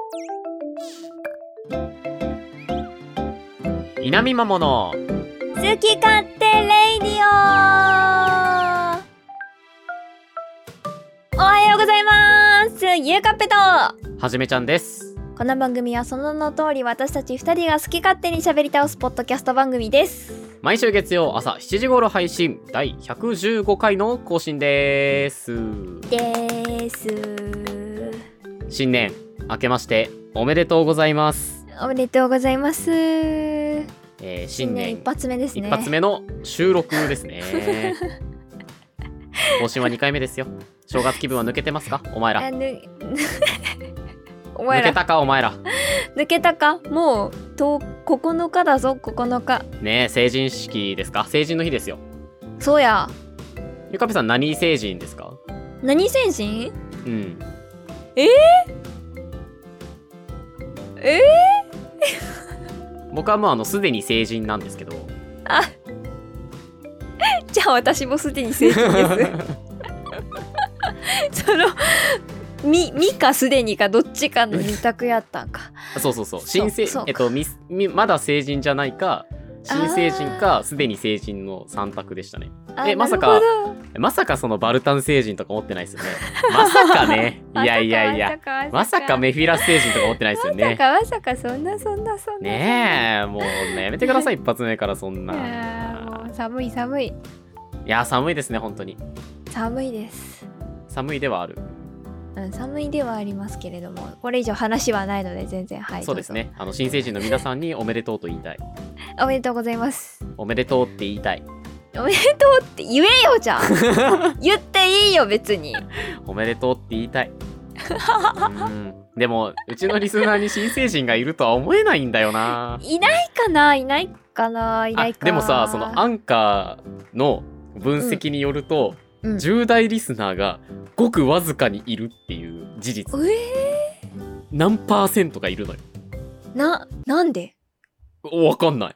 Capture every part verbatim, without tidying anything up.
稲見まもの好き勝手レイディオ。おはようございます。ゆうかっぺとはじめちゃんです。 この番組はその名の通り私たちふたりが好き勝手に喋り倒すポッドキャスト番組です。 毎週月曜朝しちじ頃配信、だいひゃくじゅうごかいの更新ですです新年明けましておめでとうございます。 おめでとうございます、 えー、新年一発目ですね。 一発目の収録ですね更新はにかいめですよ。正月気分は抜けてますかお前ら。 あぬお前ら抜けたかお前ら。 抜けたか。もうとここのかだぞ。ここのかねえ、成人式ですか。成人の日ですよ。 そうや。 ゆかぺさん何成人ですか。 何成人。 うんえー、えー、僕はもうあのすでに成人なんですけど。 あじゃあ私もすでに成人ですそのみ、みかすでにかどっちかの二択やったんかそうそうそう新成えっとみみまだ成人じゃないか新成人かすでに成人のさん択でしたね。えまさかまさかそのバルタン成人とか思ってないですよね。まさかねいやいやいやまさかメフィラス成人とか思ってないですよね。 まさかまさかそんなそんなそんなねえもうやめてください一発目からそんな。 いやもう寒い寒い。いや寒いですね本当に。 寒いです。 寒いではある。 うん、寒いではありますけれどもこれ以上話はないので全然。はい、 そうですね。あの新成人の皆さんにおめでとうと言いたい。 おめでとうございます。 おめでとうって言いたい。 おめでとうって言えよじゃん言っていいよ別に。 おめでとうって言いたいうんでもうちのリスナーに新成人がいるとは思えないんだよな。 いないかないないかないないか。 でもさそのアンカーの分析によると、うんうん、じゅう代リスナーがごくわずかにいるっていう事実、 えー、 何パーセントがいるのよ。 な、なんでわかんない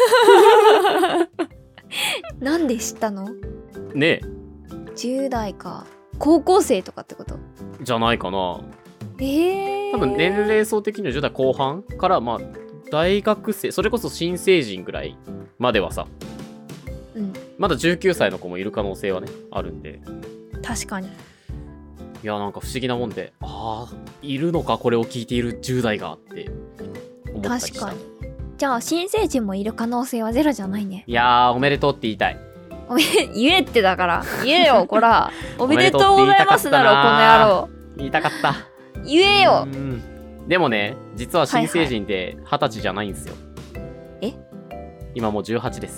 なんで知ったのねえ。 じゅう代か高校生とかってことじゃないかな。 えー、 多分年齢層的にはじゅう代後半からまあ大学生それこそ新成人ぐらいまではさ、うん、まだじゅうきゅうさいの子もいる可能性はねあるんで。 確かに。 いやなんか不思議なもんで、ああいるのかこれを聞いているじゅう代がって思ったりした。 確かに。じゃあ新成人もいる可能性はゼロじゃないね。 いやーおめでとうって言いたい。 おめ言えってだから言えよこらおめでとうございますだろこの野郎。 言いたかった。 言えよ。 うんでもね実は新成人ってはたちじゃないんですよ。 はいはい、 え今もうじゅうはちです。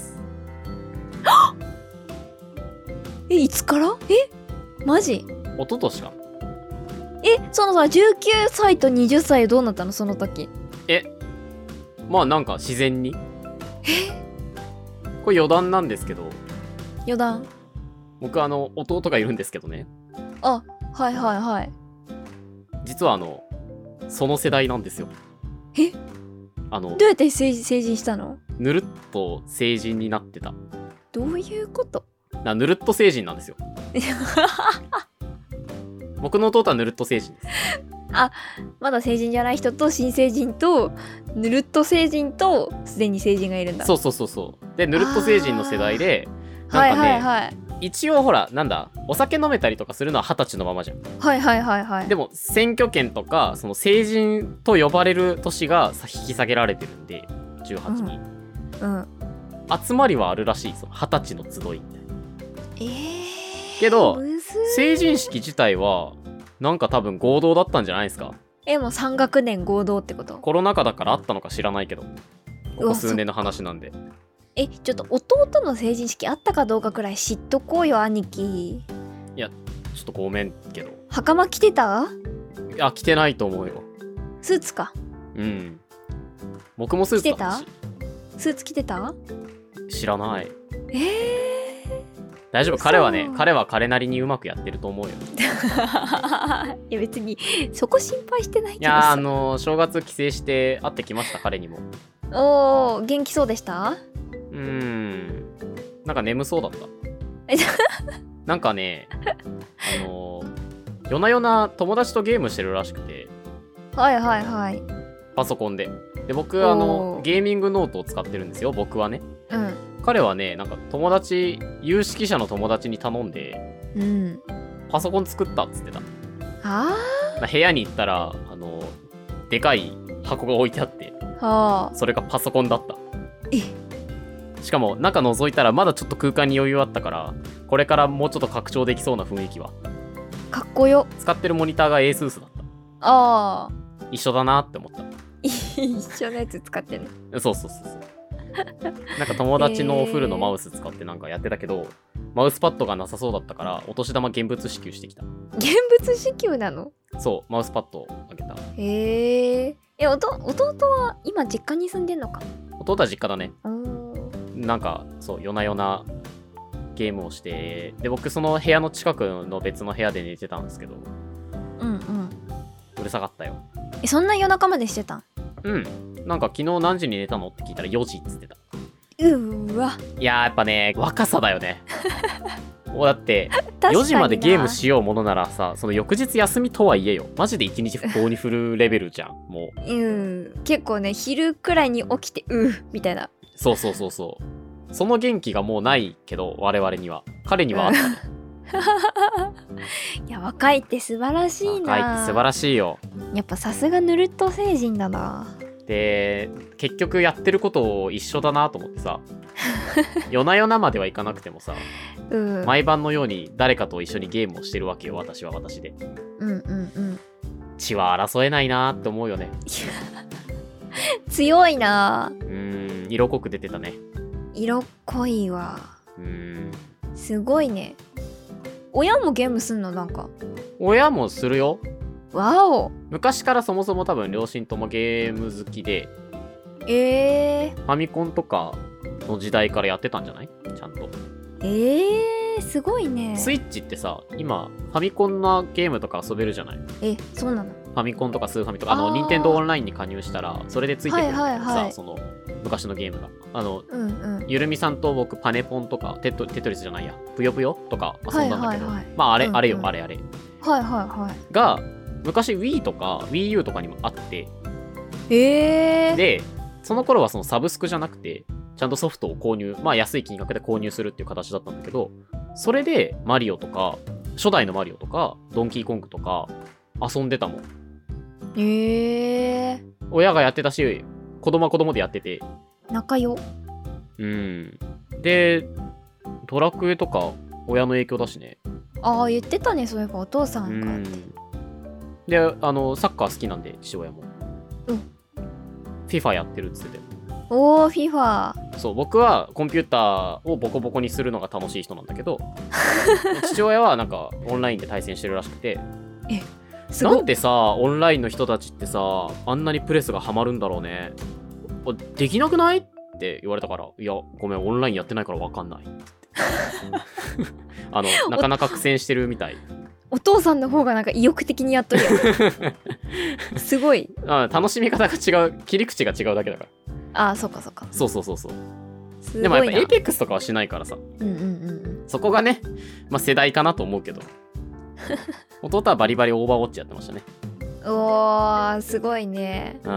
えいつからえマジ一昨年か。 えそのさじゅうきゅうさいとはたちどうなったのその時。 えまあなんか自然に。 えこれ余談なんですけど。 余談。 僕あの弟がいるんですけどね。 あはいはいはい。 実はあのその世代なんですよ。 えあのどうやって成人したの。 ぬるっと成人になってた。 どういうことなぬるっと成人なんですよ僕の弟はぬるっと成人です。 あまだ成人じゃない人と新成人とぬるっと成人とすでに成人がいるんだ。 そうそうそうそうでぬるっと成人の世代でなんかね、はいはいはい、一応ほらなんだお酒飲めたりとかするのははたちのままじゃん。 はいはいはいはい。 でも選挙権とかその成人と呼ばれる年が引き下げられてるんでじゅうはちに、 うんうん、 集まりはあるらしい。そのはたちの集いみたいな。 えー、 けど成人式自体はなんか多分合同だったんじゃないですか。 えもうさん学年合同ってこと。 コロナ禍だからあったのか知らないけどここ数年の話なんで。 えちょっと弟の成人式あったかどうかくらい知っとこうよ兄貴。 いやちょっとごめんけど。 袴着てた。 いや着てないと思うよ。 スーツか。 うん僕もスーツだったし。 着てたスーツ着てた。 知らない。 えー、 大丈夫彼はね彼は彼なりにうまくやってると思うよいや別にそこ心配してないけどさ。 いやあの正月帰省して会ってきました彼にも。 おー元気そうでした。 うーんなんか眠そうだったなんかねあの夜な夜な友達とゲームしてるらしくて。 はいはいはい。 パソコンで。で僕あのゲーミングノートを使ってるんですよ、僕はね。 うん。 彼はね、なんか友達、有識者の友達に頼んで、 うん、 パソコン作ったっつってた。 ああ。部屋に行ったら、あのでかい箱が置いてあって、 はあ、 それがパソコンだった。 え。 しかも中覗いたらまだちょっと空間に余裕あったから、これからもうちょっと拡張できそうな雰囲気は。 かっこよ。 使ってるモニターが エースース だった。 ああ。 一緒だなって思った。 一緒のやつ使ってる。 そうそうそうそう。なんか友達のフルのマウス使ってなんかやってたけど、えー、マウスパッドがなさそうだったからお年玉現物支給してきた。 現物支給なの？ そう、マウスパッドをあげた。 へえ。え、おと弟は今実家に住んでんのか？ 弟は実家だね。なんかそう夜な夜なゲームをして、で僕その部屋の近くの別の部屋で寝てたんですけど、 うんうん、 うるさかったよ。 え、そんな夜中までしてたん？ うん。なんか昨日何時に寝たのって聞いたらよじっつってた。 うーわ。 いやーやっぱね、若さだよね。もうだってよじまでゲームしようものならさ、その翌日休みとはいえよ、マジで一日不幸に振るレベルじゃん。もううん結構ね、昼くらいに起きてうーみたいな。 そうそうそうそう、その元気がもうないけど我々には、彼にはあったね。 いや、若いって素晴らしいな。 若いって素晴らしいよ。 やっぱさすがヌルット星人だな。 で結局やってることを一緒だなと思ってさ、夜な夜なまではいかなくてもさ、うん、毎晩のように誰かと一緒にゲームをしてるわけよ、私は私で。 うんうんうん。 血は争えないなって思うよね。 強いな。 うーん、色濃く出てたね。 色濃いわ。 うーん、 すごいね。親もゲームすんの？なんか親もするよ。 わお。昔からそもそも多分両親ともゲーム好きで、 えー、 ファミコンとかの時代からやってたんじゃない？ちゃんと。 えー、すごいね。 スイッチってさ、今ファミコンのゲームとか遊べるじゃない？ え、そうなの？ ファミコンとかスーファミとか、あの任天堂オンラインに加入したらそれでついてくるんだけどさ、はいはいはい、その昔のゲームがあの、うんうん、ゆるみさんと僕パネポンとかテト、テトリスじゃないや、ぷよぷよとか遊んだんだけど、はいはいはい、まああれ、うんうん、あれよあれあれはいはいはいが昔 Wii とか WiiU とかにもあって、 えー、 でその頃はそのサブスクじゃなくてちゃんとソフトを購入、まあ安い金額で購入するっていう形だったんだけど、それでマリオとか初代のマリオとかドンキーコングとか遊んでたもん。 へえー、 親がやってたし子供は子供でやってて仲良。 うん。でドラクエとか親の影響だしね。 ああ、言ってたね、そういえばお父さんが。 で、あのサッカー好きなんで父親も、うん、フィファ やってるっつってて。 おー、フィファ。 そう、僕はコンピューターをボコボコにするのが楽しい人なんだけど父親はなんかオンラインで対戦してるらしくて、 え、 すごい。なんでさオンラインの人たちってさあんなにプレスがハマるんだろうね。できなくないって言われたから、いやごめんオンラインやってないから分かんないあのなかなか苦戦してるみたい。 お父さんの方がなんか意欲的にやっとるよすごい。 あ、楽しみ方が違う、切り口が違うだけだから。 ああ、そうかそうか。 そうそうそうそう。でもやっぱエイペックスとかはしないからさ、 うんうんうん、 そこがね、まあ、世代かなと思うけど弟はバリバリオーバーウォッチやってましたね。 おー、すごいね。 うん、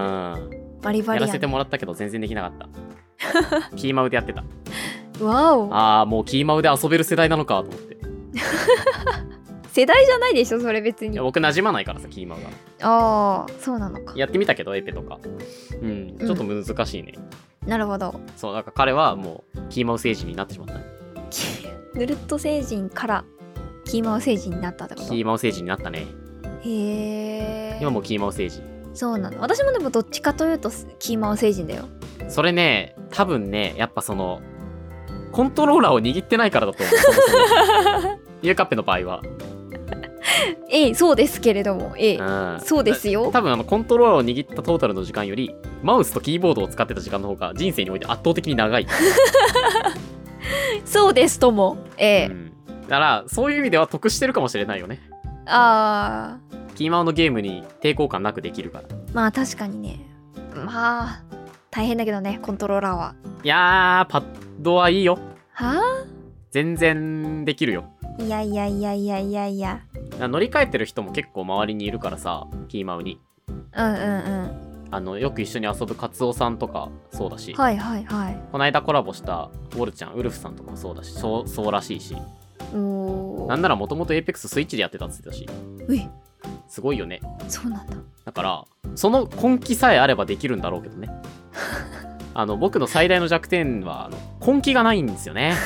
バリバリや、ね、 やらせてもらったけど全然できなかったキーマウでやってた。 わお。 ああ、もうキーマウで遊べる世代なのかと思って世代じゃないでしょそれ別に。いや僕馴染まないからさ、キーマウが。 ああ、そうなのか。 やってみたけどエペとか、うん、ちょっと難しいね、 うん、なるほど。 そう、だから彼はもうキーマウ星人になってしまったね。 ヌルット星人からキーマウ星人になったってこと？ キーマウ星人になったね。 へえ。 今もキーマウ星人。 そうなの。私もでもどっちかというとキーマウ星人だよ。 それね、多分ね、やっぱそのコントローラーを握ってないからだと思うユーカッペの場合はええ、そうですけれども、ええ、うん、そうですよ。 多分あのコントローラーを握ったトータルの時間よりマウスとキーボードを使ってた時間の方が人生において圧倒的に長いそうですとも、ええ、うん、 だからそういう意味では得してるかもしれないよね。 ああ、キーマウのゲームに抵抗感なくできるから。 まあ確かにね。まあ大変だけどね、コントローラーは。 いやー、パッドはいいよ。 はあ、 全然できるよ。 いやいやいやいやいやいや。 乗り換えてる人も結構周りにいるからさ、キーマウに。 うんうんうんあのよく一緒に遊ぶカツオさんとかそうだし、 はいはいはい。 この間コラボしたウォルちゃんウルフさんとかもそうだし、そうそうらしいし、 おなんならもともとエイペックススイッチでやってたって言ってたし、 えすごいよね。 そうなんだ。 だからその根気さえあればできるんだろうけどね。あの僕の最大の弱点はあの根気がないんですよね。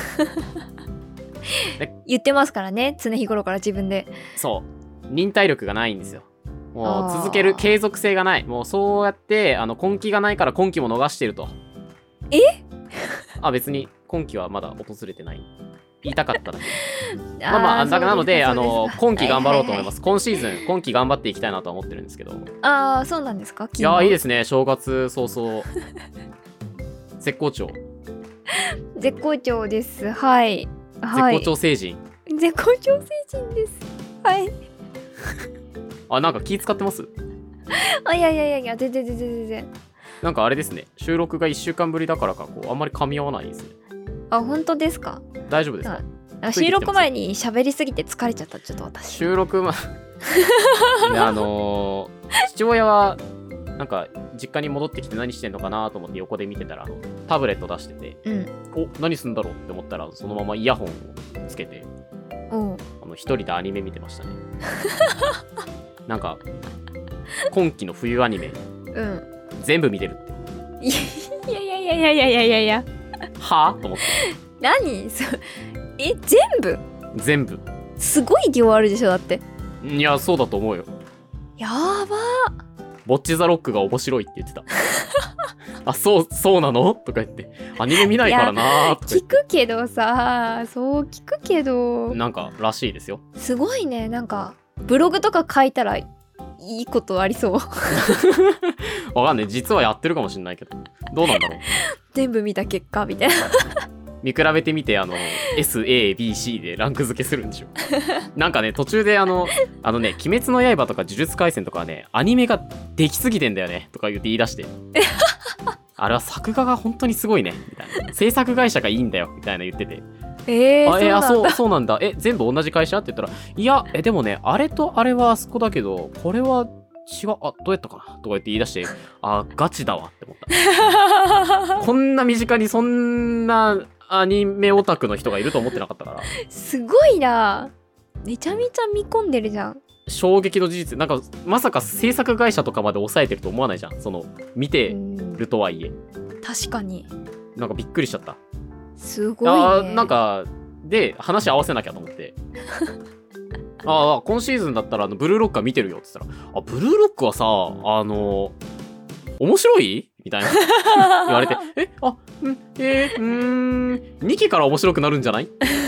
言ってますからね、常日頃から自分で。 そう忍耐力がないんですよ。もうあー続ける継続性がない。もうそうやってあの根気がないから今期も逃してると。 えあ、別に今期はまだ訪れてない。言いたかっただけ。 あまあまあ、 ーだからなので、あそうすかの、今期頑張ろうと思います。 は今シーズン、今期頑張っていきたいなとは思ってるんですけど。 いはいはいああそうなんですか。 いやー、いいでですね。正月早々。絶好調。 絶好調です。はいはい。 絶好調星人。 絶好調星人です。はい。 あ、なんか気使ってます？ あいやいやいやいや全然全然全然。 なんかあれですね。収録がいっしゅうかんぶりだからか、こう、あんまり噛み合わないですね。 あ本当ですか。 大丈夫ですか？ あ収録前に喋りすぎて疲れちゃったちょっと私。 収録前あのー、父親はなんか実家に戻ってきて何してんのかなと思って横で見てたらあのタブレット出してて、 うん。 お何すんだろうって思ったらそのままイヤホンをつけておうあの一人でアニメ見てましたね。なんか今期の冬アニメうん全部見てるって。 いやいやいやいやいやいやいやいやはぁと思って何そえ全部全部。 すごい量あるでしょだって。 いやそうだと思うよ。 やばボッチザロックが面白いって言ってた。あそうそうなのとか言ってアニメ見ないからなーとか言聞ってくけどさそう聞くけどなんからしいですよ。 すごいね。なんかブログとか書いたらいいことありそう。 わかんない。実はやってるかもしんないけどどうなんだろう。 全部見た結果みたいな。 見比べてみてあの エスエービーシー でランク付けするんでしょ。なんかね途中であのあのね鬼滅の刃とか呪術廻戦とかはねアニメができすぎてんだよねとか言って言い出してあれは作画が本当にすごいねみたいな、制作会社がいいんだよみたいな言ってて、 えー、 あえあそうなんだ。 そうそうなんだ、え全部同じ会社って言ったら、いやえでもねあれとあれはあそこだけどこれは違う、あどうやったかなとか言って言い出して、あガチだわって思った。こんな身近にそんなアニメオタクの人がいると思ってなかったから、 すごいな。めちゃめちゃ見込んでるじゃん。 衝撃の事実。なんかまさか制作会社とかまで抑えてると思わないじゃん、その見てるとはいえ。 確かになんかびっくりしちゃった。 すごいね。 あなんかで話合わせなきゃと思ってああ今シーズンだったらあのブルーロックは見てるよって言ったら、あブルーロックはさあの面白いみたいな言われてえあうんえー、うーんにきから面白くなるんじゃない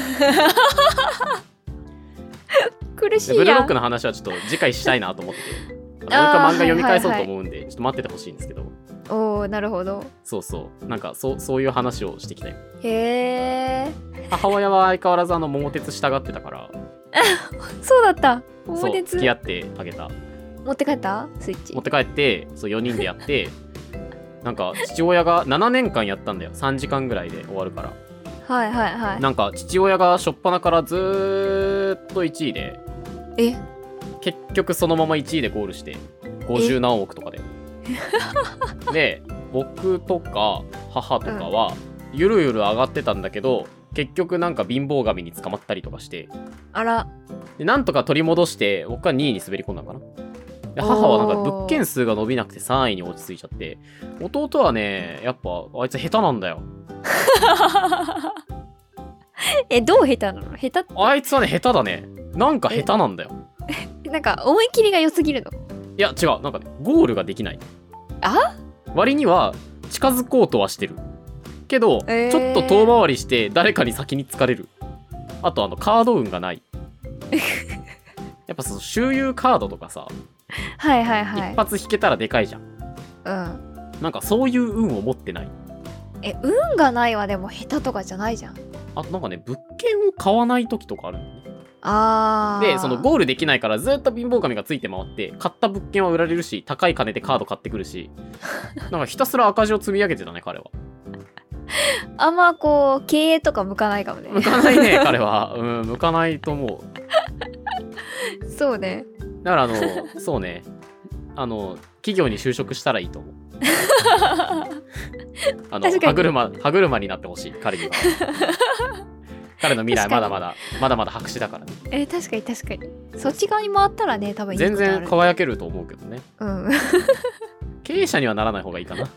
苦しいやん。 ブルーロックの話はちょっと次回したいなと思ってもう一回漫画読み返そうと思うんで、ちょっと待っててほしいんですけど。 おおなるほど。 そうそうなんかそうそういう話をしてきたよ。 へえ。 母親は相変わらずあの桃鉄従ってたからそうだった。 そう桃鉄付き合ってあげた。 持って帰ったスイッチ。 持って帰ってそうよにんでやってなんか父親がななねんかんやったんだよ。さんじかんぐらいで終わるから。 はいはいはい。 なんか父親が初っ端からずーっといちいで、 え結局そのままいちいでゴールしてごじゅうなんおくとかでで僕とか母とかはゆるゆる上がってたんだけど、結局なんか貧乏神に捕まったりとかして、 あらでなんとか取り戻して僕はにいに滑り込んだのかな。で母はなんか物件数が伸びなくてさんいに落ち着いちゃって、弟はねやっぱあいつ下手なんだよ。 えどう下手なの？下手ってあいつはね下手だね。なんか下手なんだよ。 なんか思い切りが良すぎるの？ いや違う、なんかねゴールができない。 あ割には近づこうとはしてるけど、 えーちょっと遠回りして誰かに先に疲れる。あとあのカード運がないやっぱその周遊カードとかさ、 はいはいはい一発引けたらでかいじゃん。 うんなんかそういう運を持ってない。 え運がないはでも下手とかじゃないじゃん。 あとなんかね物件を買わない時とかあるんだよね。 あーでそのゴールできないからずっと貧乏神がついて回って買った物件は売られるし高い金でカード買ってくるしなんかひたすら赤字を積み上げてたね彼は。 あんまこう経営とか向かないかもね。 向かないね彼は。うん向かないと思う。 そうね。 だからあのそうねあの企業に就職したらいいと思うあの歯車歯車になってほしい彼には彼の未来まだまだまだまだ白紙だからね。 えー、確かに確かにそっち側に回ったらね多分いいことある。 全然輝けると思うけどね。 うん経営者にはならない方がいいかな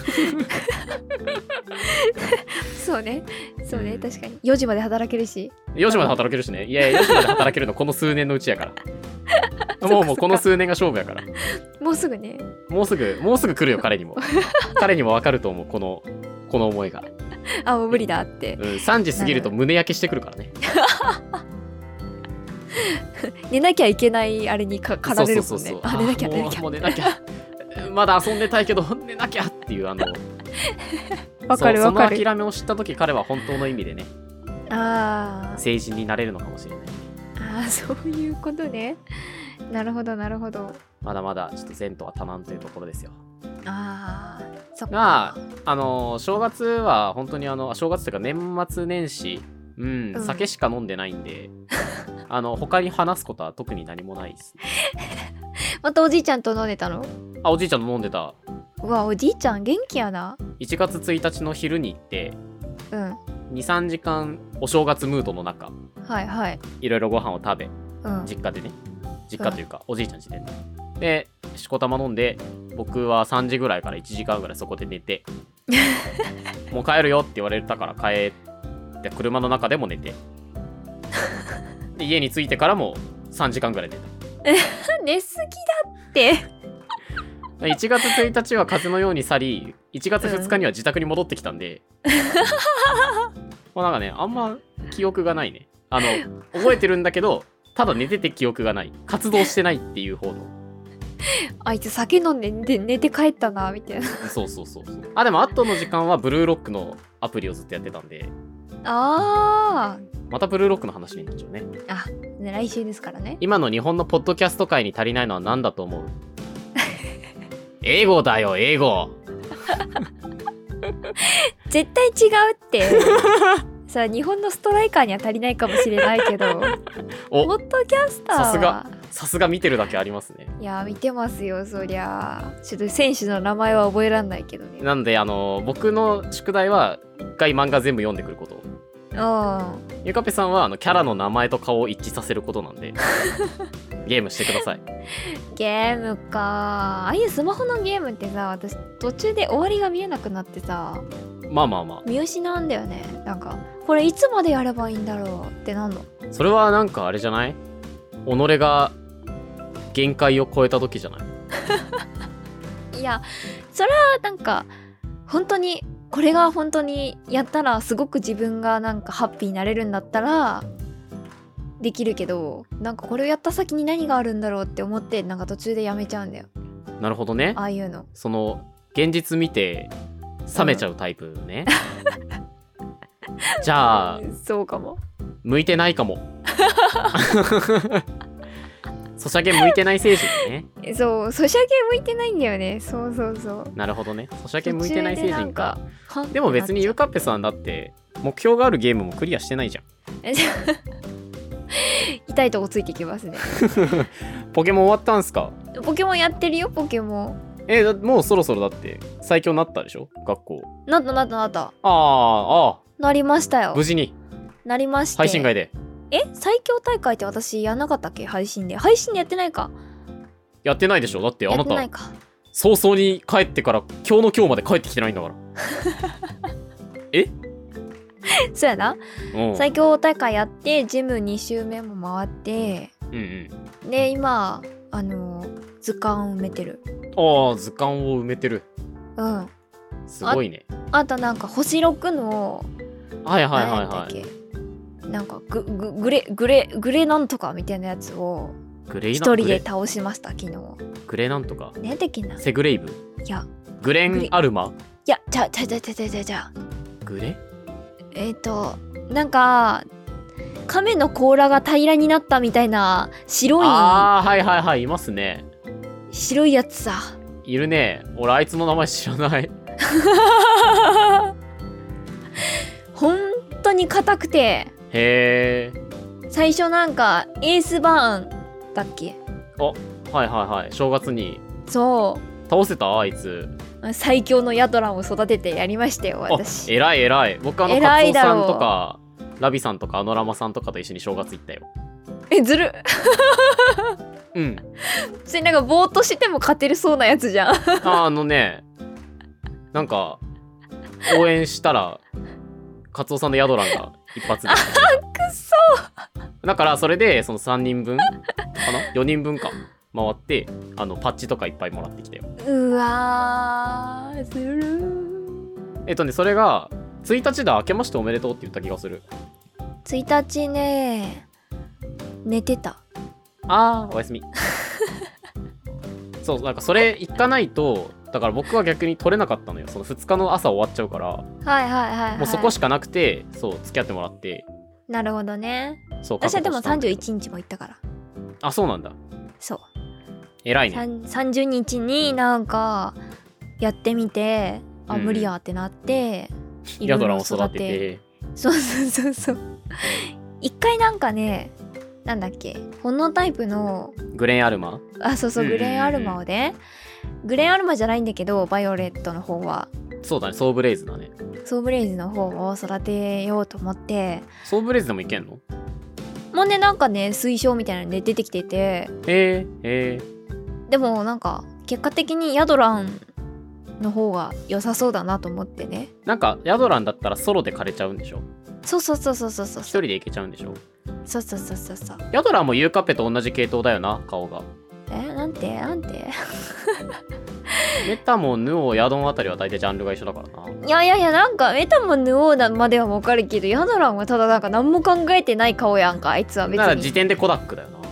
そうねそうね確かによじまで働けるしよじまで働けるしね。いやいやよじまで働けるのこの数年のうちやからもうもうこの数年が勝負やからもうすぐねもうすぐもうすぐ来るよ彼にも彼にも分かると思うこのこの思いが。 あもう無理だって、 うん、さんじ過ぎると胸焼けしてくるからね寝なきゃいけないあれにかかられるもんね。 そうそうそうそうあ寝なきゃ寝なきゃもう寝なきゃまだ遊んでたいけど寝なきゃっていうあのわかるわかる。 その諦めを知った時彼は本当の意味でねあ成人になれるのかもしれない。 あそういうことね。なるほどなるほど。 まだまだちょっと前途は多難というところですよ。 ああそっか。 まああの正月は本当にあの正月というか年末年始うん、うん、酒しか飲んでないんであの他に話すことは特に何もないです、ね、 またおじいちゃんと飲んでたの？ あおじいちゃんと飲んでた。 うわおじいちゃん元気やな。 いちがつついたちの昼に行ってうんにさんじかんお正月ムードの中はいはいいろいろご飯を食べ、うん、実家でね実家というか、うん、おじいちゃん家でねでしこたま飲んで僕はさんじぐらいからいちじかんぐらいそこで寝てもう帰るよって言われたから帰って車の中でも寝てで家に着いてからもさんじかんぐらい寝た寝すぎだっていちがつついたちは風のように去りいちがつふつかには自宅に戻ってきたんで、うん、もうなんかねあんま記憶がないね。あの覚えてるんだけどただ寝てて記憶がない活動してないっていう方のあいつ酒飲んで寝て、寝て帰ったなみたいなそうそうそうそう。あでも後の時間はブルーロックのアプリをずっとやってたんであまたブルーロックの話になっちゃうね。 あね来週ですからね。 今の日本のポッドキャスト界に足りないのは何だと思う？英語だよ英語絶対違うってさあ日本のストライカーには足りないかもしれないけどポッドキャスターはさすがさすが見てるだけありますね。 いや見てますよそりゃ。ちょっと選手の名前は覚えらんないけどね。 なんであの僕の宿題は一回漫画全部読んでくること。 あゆかぺさんはあのキャラの名前と顔を一致させることなんでゲームしてください。 ゲームかああいうスマホのゲームってさ私途中で終わりが見えなくなってさまあまあまあ見失うんだよね。なんかこれいつまでやればいいんだろうってなんの。 それはなんかあれじゃない？己が限界を超えた時じゃない？ いやそれはなんか本当にこれが本当にやったらすごく自分がなんかハッピーになれるんだったらできるけどなんかこれをやった先に何があるんだろうって思ってなんか途中でやめちゃうんだよ。 なるほどね。 ああいうのその現実見て冷めちゃうタイプね、うん、じゃあそうかも向いてないかもソシャゲ向いてない精神ね。 そうソシャゲ向いてないんだよね。そうそうそう。 なるほどねソシャゲ向いてない精神か。でも別にゆかっぺさんだって目標があるゲームもクリアしてないじゃん痛いとこついてきますねポケモン終わったんすか？ ポケモンやってるよポケモン。 えー、もうそろそろだって最強になったでしょ学校。 なったなったなった。 あーあーなりましたよ。 無事になりまして配信外で。 え最強大会って私やんなかったっけ？配信で配信でやってないか。 やってないでしょだってあなたやってないか早々に帰ってから今日の今日まで帰ってきてないんだからえそうやな、 うん、 最強大会やってジムに周目も回って、 うんうん、 で今あの図鑑を埋めてる。 ああ図鑑を埋めてる。 うんすごいね。 あ, あとなんか星ろくのはいはいはいはいなんかグググレグレグレなんとかみたいなやつを一人で倒しました昨日。 グレなんとかねできなセグレイブ。 いやグレンアルマ。 いやちゃちゃちゃちゃちゃちゃちゃグレえっ、ー、となんか亀の甲羅が平らになったみたいな白い。 ああはいはいはいいますね。 白いやつさいるね。俺あいつの名前知らない本当に硬くて。 へえ。 最初なんかエースバーンだっけ。 あはいはいはい正月にそう倒せたあいつ。 最強のヤドランを育ててやりましたよ私。 えらいえらい。僕あのカツオさんとかラビさんとかあのラマさんとかと一緒に正月行ったよ。 えずるうんそれなんかぼーっとしても勝てるそうなやつじゃんああのねなんか応援したらカツオさんのヤドランが一発であくそだからそれでそのさんにんぶんかなよにんぶんか回ってあのパッチとかいっぱいもらってきたよ。 うわーずるー。 えっとねそれがついたちだ明けましておめでとうって言った気がする。 ついたちね寝てた。 あーおやすみそうなんかそれ行かないとだから僕は逆に取れなかったのよ。そのふつかの朝終わっちゃうからはいはいはい、はい、 もうそこしかなくてそう付き合ってもらって。 なるほどね。 そう私はでもさんじゅういちにちも行ったから。 あそうなんだ。 そう偉いね。 さんじゅうにちになんかやってみてあ、うん、無理やってなってヤドランを育ててそうそうそうそう一回なんかねなんだっけ炎タイプのグレンアルマあそうそうグレンアルマをねグレンアルマじゃないんだけどバイオレットの方はそうだねソーブレイズだね。 ソーブレイズの方を育てようと思ってソーブレイズでもいけんのもうねなんかね推奨みたいなので出てきててへえへえでもなんか結果的にヤドランの方が良さそうだなと思ってね。 なんかヤドランだったらソロで枯れちゃうんでしょ。 そうそうそうそうそうそう。 一人でいけちゃうんでしょ。 そうそうそうそうそう。 ヤドランもユーカッペと同じ系統だよな顔が。 えなんてなんてメタモンヌオヤドンあたりは大体ジャンルが一緒だからな。 いやいやいやなんかメタモンヌオーまでは分かるけどヤドランはただなんか何も考えてない顔やんかあいつは別に。 だから時点でコダックだよな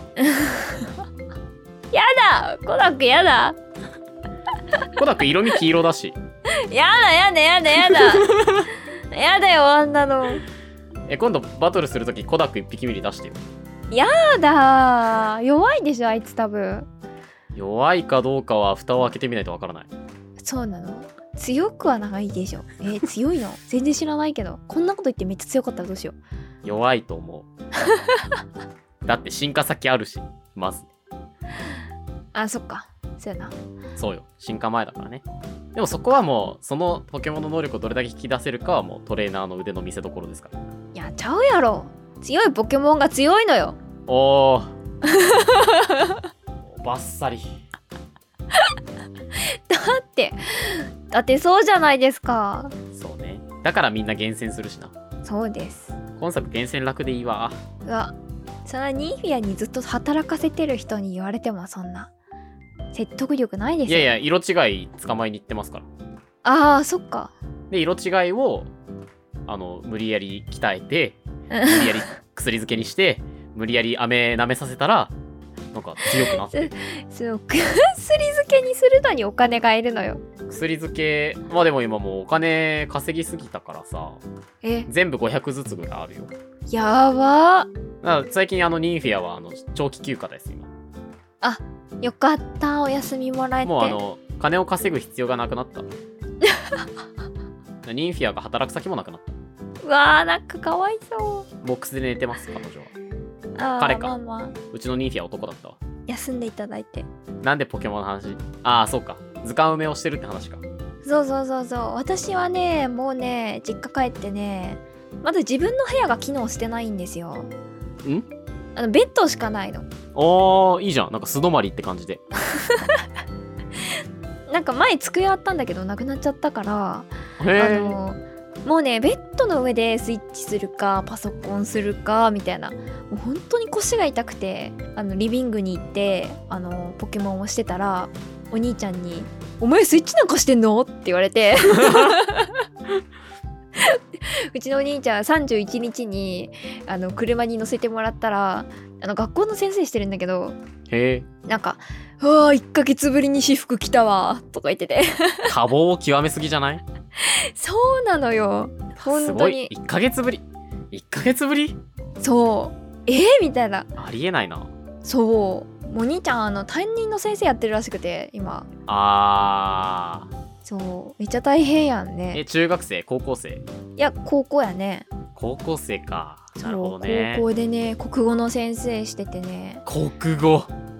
やだコダックやだコダック色味黄色だしやだやだやだやだやだよあんなの。 え今度バトルするときコダック一匹ミリ出してよ。 やだ弱いでしょあいつ多分。 弱いかどうかは蓋を開けてみないとわからない。 そうなの強くはないでしょ。えー、強いの全然知らないけどこんなこと言ってめっちゃ強かったらどうしよう。弱いと思うだって進化先あるしまず。 あそっかそうやな。 そうよ進化前だからね。でもそこはもうそのポケモンの能力をどれだけ引き出せるかはもうトレーナーの腕の見せ所ですから。 いやちゃうやろ強いポケモンが強いのよ。 おーバッサリだってだってそうじゃないですか。 そうねだからみんな厳選するしな。 そうです。 今作厳選楽でいいわ。 うわそんなニーフィアにずっと働かせてる人に言われてもそんな説得力ないですよ。 いやいや色違い捕まえに行ってますから。 あーそっか。 で色違いをあの無理やり鍛えて無理やり薬漬けにして無理やり飴舐めさせたらなんか強くなってそう薬漬けにするのにお金がいるのよ。 薬漬けまあでも今もうお金稼ぎすぎたからさえ全部ごひゃくずつぐらいあるよ。 やばー。 だから最近あのニンフィアはあの長期休暇です今。 あよかったお休みもらえて。 もうあの金を稼ぐ必要がなくなったニンフィアが働く先もなくなった。 うわーなんかかわいそう。 ボックスで寝てます彼女は。 あ彼か、 まあまあ、 うちのニンフィア男だったわ。 休んでいただいて。 なんでポケモンの話。ああそうか図鑑埋めをしてるって話か。 そうそうそうそう私はねもうね実家帰ってねまだ自分の部屋が機能してないんですよ。 んあのベッドしかないの。 おーいいじゃんなんか素泊まりって感じでなんか前机あったんだけどなくなっちゃったからへあのもうねベッドの上でスイッチするかパソコンするかみたいなもう本当に腰が痛くてあのリビングに行ってあのポケモンをしてたらお兄ちゃんに「お前スイッチなんかしてんの?」って言われてうちのお兄ちゃんさんじゅういちにちにあの車に乗せてもらったらあの学校の先生してるんだけどへえなんか「うわーいっかげつぶりに私服着たわ」とか言ってて多忙を極めすぎじゃない？ そうなのよ本当に。 すごいいっかげつぶりいっかげつぶりそうえー、みたいな。 ありえないな。 そうお兄ちゃんあの担任の先生やってるらしくて今。 あーそうめっちゃ大変やんね。 え中学生高校生？ いや高校やね。 高校生か。なるほどそうね。 高校でね国語の先生しててね。 国語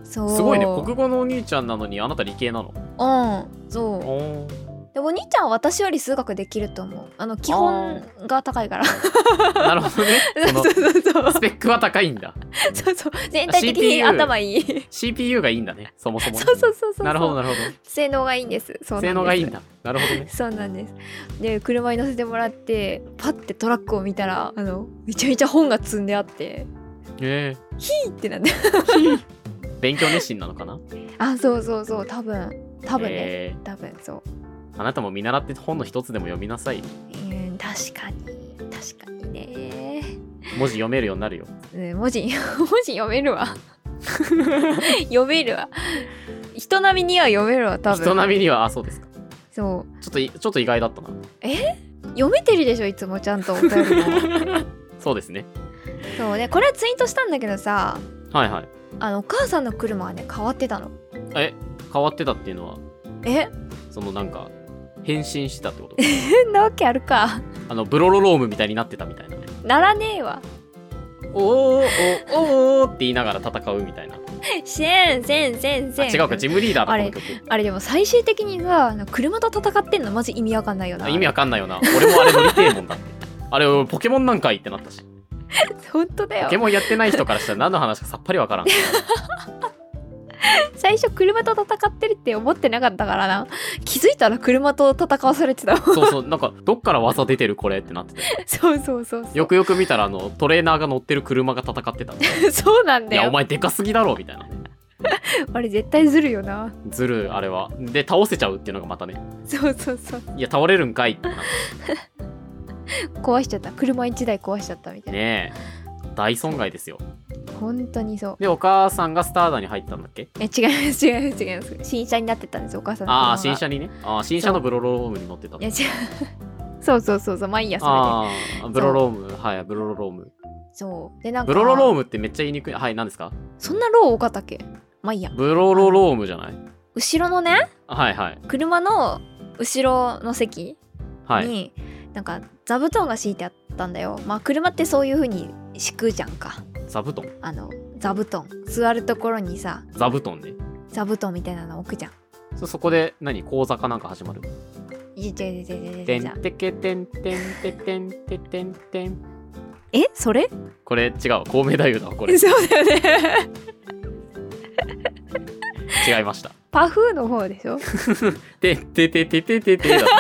そうすごいね、国語のお兄ちゃんなのにあなた理系なの。 うんそうでお兄ちゃんは私より数学できると思う。あの基本が高いからなるほどね。そのそうそうそうスペックは高いんだ。 そうそう全体的に頭いいシーピーユー がいいんだね、そもそも、ね、 そうそうそうそうなるほどなるほど。 性能がいいんです。そうなんです。 性能がいいんだ。なるほどね。 そうなんです。で車に乗せてもらってパッてトラックを見たらあのめちゃめちゃ本が積んであってえー、 ヒーってなんで勉強熱心なのかな。 あそうそうそう多分多分ね、 えー、 多分そうあなたも見習って本の一つでも読みなさい。 うん確かに確かにね。 文字読めるようになるよ、 うん、文字文字読めるわ読めるわ人並みには読めるわ多分。 人並みには。あそうですか。 そうちょっとちょっと意外だったな。 え読めてるでしょいつもちゃんとお便りもそうですね。 そうねこれツイートしたんだけどさはいはい。 あのお母さんの車はね変わってたの。 え変わってたっていうのはえそのなんか変身してたってこと変なわけあるか。 あのブロロロームみたいになってたみたいな。 ならねえわ。 おーおーおーって言いながら戦うみたいな。 せんせんせんせん。 違うかジムリーダーだあれこの曲。 あれでも最終的にさ車と戦ってんのマジ意味わかんないよな。 意味わかんないよな。俺もあれ乗りてえもんだって。あれポケモンなんかいってなったし。 本当だよ。 ポケモンやってない人からしたら何の話かさっぱりわからん。 最初車と戦ってるって思ってなかったからな。気づいたら車と戦わされてた。 そうそうなんかどっから技出てるこれってなってて。 そうそうそうそう。 よくよく見たらあのトレーナーが乗ってる車が戦ってた。 そうなんだよ。 いやお前でかすぎだろみたいなね。 あれ絶対ずるよな。 ずるあれは。で倒せちゃうっていうのがまたね。 そうそうそう。 いや倒れるんかいってなって。 壊しちゃった。車一台壊しちゃったみたいな。 ねえ大損害ですよ。 本当にそう。 でお母さんがスターダに入ったんだっけ。 え違います違います違います。新車になってたんですよお母さんの車が。 ああ新車にね。ああ新車のブロロームに乗ってた。 いや違うそうそうそうそうまあいいやそれで。 ああブロロームはいブロローム。 そうでなんかブロロロームってめっちゃ言いにくい。はい何ですか。 そんなロー多かったっけ。まあいいや。 ブロロロームじゃない。 後ろのねはいはい車の後ろの席はい。 になんか座布団が敷いてあったんだよ。まあ車ってそういう風に敷くじゃんか。 座布団。 あの座布団座るところにさ座布団ね。 座布団みたいなの置くじゃん。 そそこで何講座かなんか始まる。 いやいやいやいやいやていやんてけてんてんててんててんてん。 えそれこれ違う孔明太夫だわこれ。 そうだよね違いました。 パフーの方でしょ。 てててててててだった。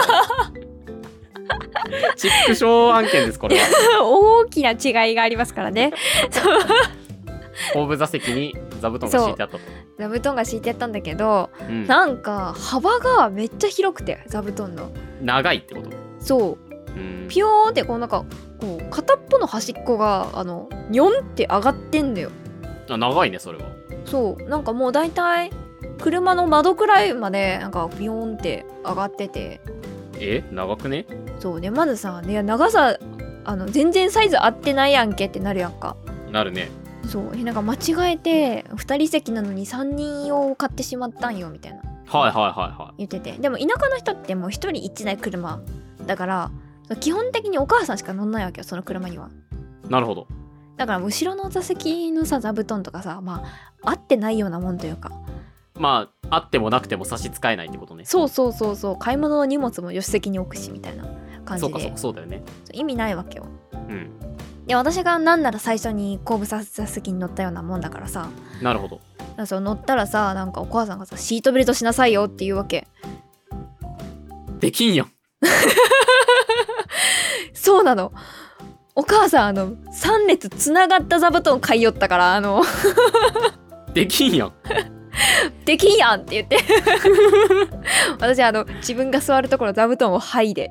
チックショー案件ですこれは。 大きな違いがありますからね。 後部座席に座布団が敷いてあったと。 座布団が敷いてあったんだけど、 うん、 なんか幅がめっちゃ広くて座布団の長いってこと。 そううんピヨーンってこうなんかこう片っぽの端っこがあのニョンって上がってんだよ。 あ長いねそれは。 そうなんかもうだいたい車の窓くらいまでなんかビヨーンって上がってて。 え長くね。 そうでまずさいや長さあの全然サイズ合ってないやんけってなるやんか。 なるね。 そうなんか間違えてふたり席なのにさんにん用を買ってしまったんよみたいなはいはいはいはい。 言ってて、でも田舎の人ってもうひとりいちだい車だから基本的にお母さんしか乗んないわけよその車には。 なるほど。 だから後ろの座席のさ座布団とかさまあ合ってないようなもんというか。 まああってもなくても差し支えないってことね。 そうそうそうそう買い物の荷物も助手席に置くしみたいな感じで。 そうかそうかそうだよね。 意味ないわけよ。 うんで私がなんなら最初に後部座席に乗ったようなもんだからさ。 なるほど。 だからそう乗ったらさなんかお母さんがさシートベルトしなさいよって言うわけ。 できんやん。 そうなの。お母さんあのさん列つながった座布団買いよったからあのできんやん。 できんやんって言って私あの自分が座るところ座布団を剥いで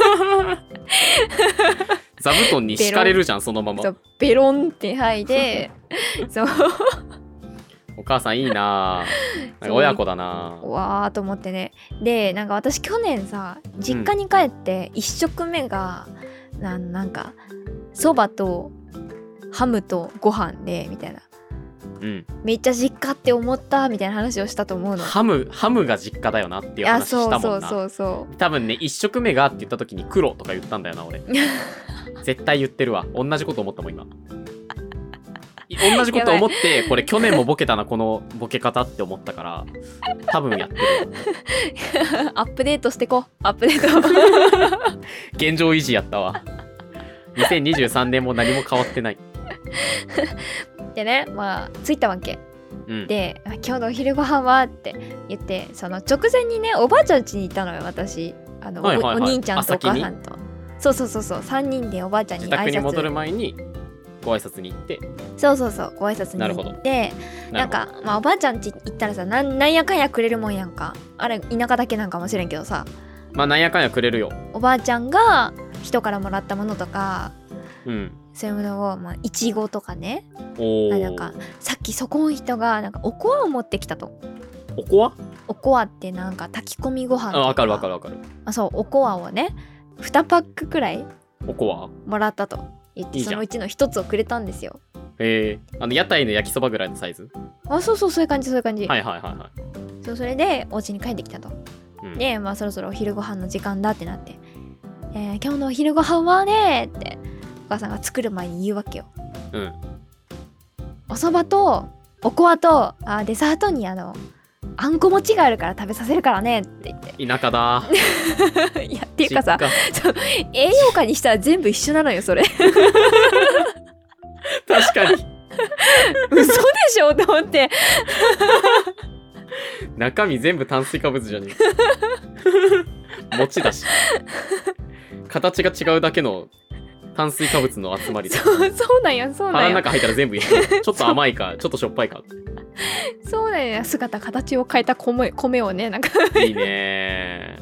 座布団に敷かれるじゃんそのまま。 そうベロンって剥いでそうお母さんいいななんか親子だな。 わーと思ってね。でなんか私去年さ実家に帰っていっ食目が、うん、な, なんかそばとハムとご飯でみたいな、 うん、 めっちゃ実家って思ったみたいな話をしたと思うの。 ハムハムが実家だよなっていう話したもんな。 そうそうそうそう。 多分ねいっ食目がって言った時に黒とか言ったんだよな俺。絶対言ってるわ。同じこと思ったもん今。 同じこと思ってこれ去年もボケたなこのボケ方って思ったから多分やってるアップデートしてこアップデート現状維持やったわ。にせんにじゅうさんねんも何も変わってないでね、まあ着いたわけ、うん、で今日のお昼ご飯はって言ってその直前にねおばあちゃん家に行ったのよ私。あの、はいはいはい、お, お兄ちゃんとお母さんとそうそうそうそうさんにんでおばあちゃんに挨拶自宅に戻る前にご挨拶に行ってそうそうそうご挨拶に行ってなんか、まあ、おばあちゃん家行ったらさ な, なんやかんやくれるもんやんか。あれ田舎だけなんかもしれんけどさまあなんやかんやくれるよ。 おばあちゃんが人からもらったものとか、 うん、 そういうものをまあいちごとかねおなんかさっきそこの人がなんかおこわを持ってきたと。 おこわおこわってなんか炊き込みご飯とかあ分かる分かる分かるあそうおこわをねにパックくらいおこわもらったと言っていいそのうちのひとつをくれたんですよ。 へえあの屋台の焼きそばぐらいのサイズ。 あそうそうそういう感じそういう感じ。 はいはいはいはいそうそれでお家に帰ってきたと、うん、でまあそろそろお昼ご飯の時間だってなって、えー、今日のお昼ご飯はねってお母さんが作る前に言うわけよ。 うんお蕎麦とおこわとあデザートにあのあんこ餅があるから食べさせるからねって言って田舎だいやっていうかさ栄養価にしたら全部一緒なのよそれ確かに嘘でしょと思って中身全部炭水化物じゃねえ餅だし形が違うだけの炭水化物の集まりだ。 そうそうなんやそうなんや腹の中入ったら全部一緒ちょっと甘いかちょっとしょっぱいかそうなんや姿形を変えた 米, 米をねなんかいいね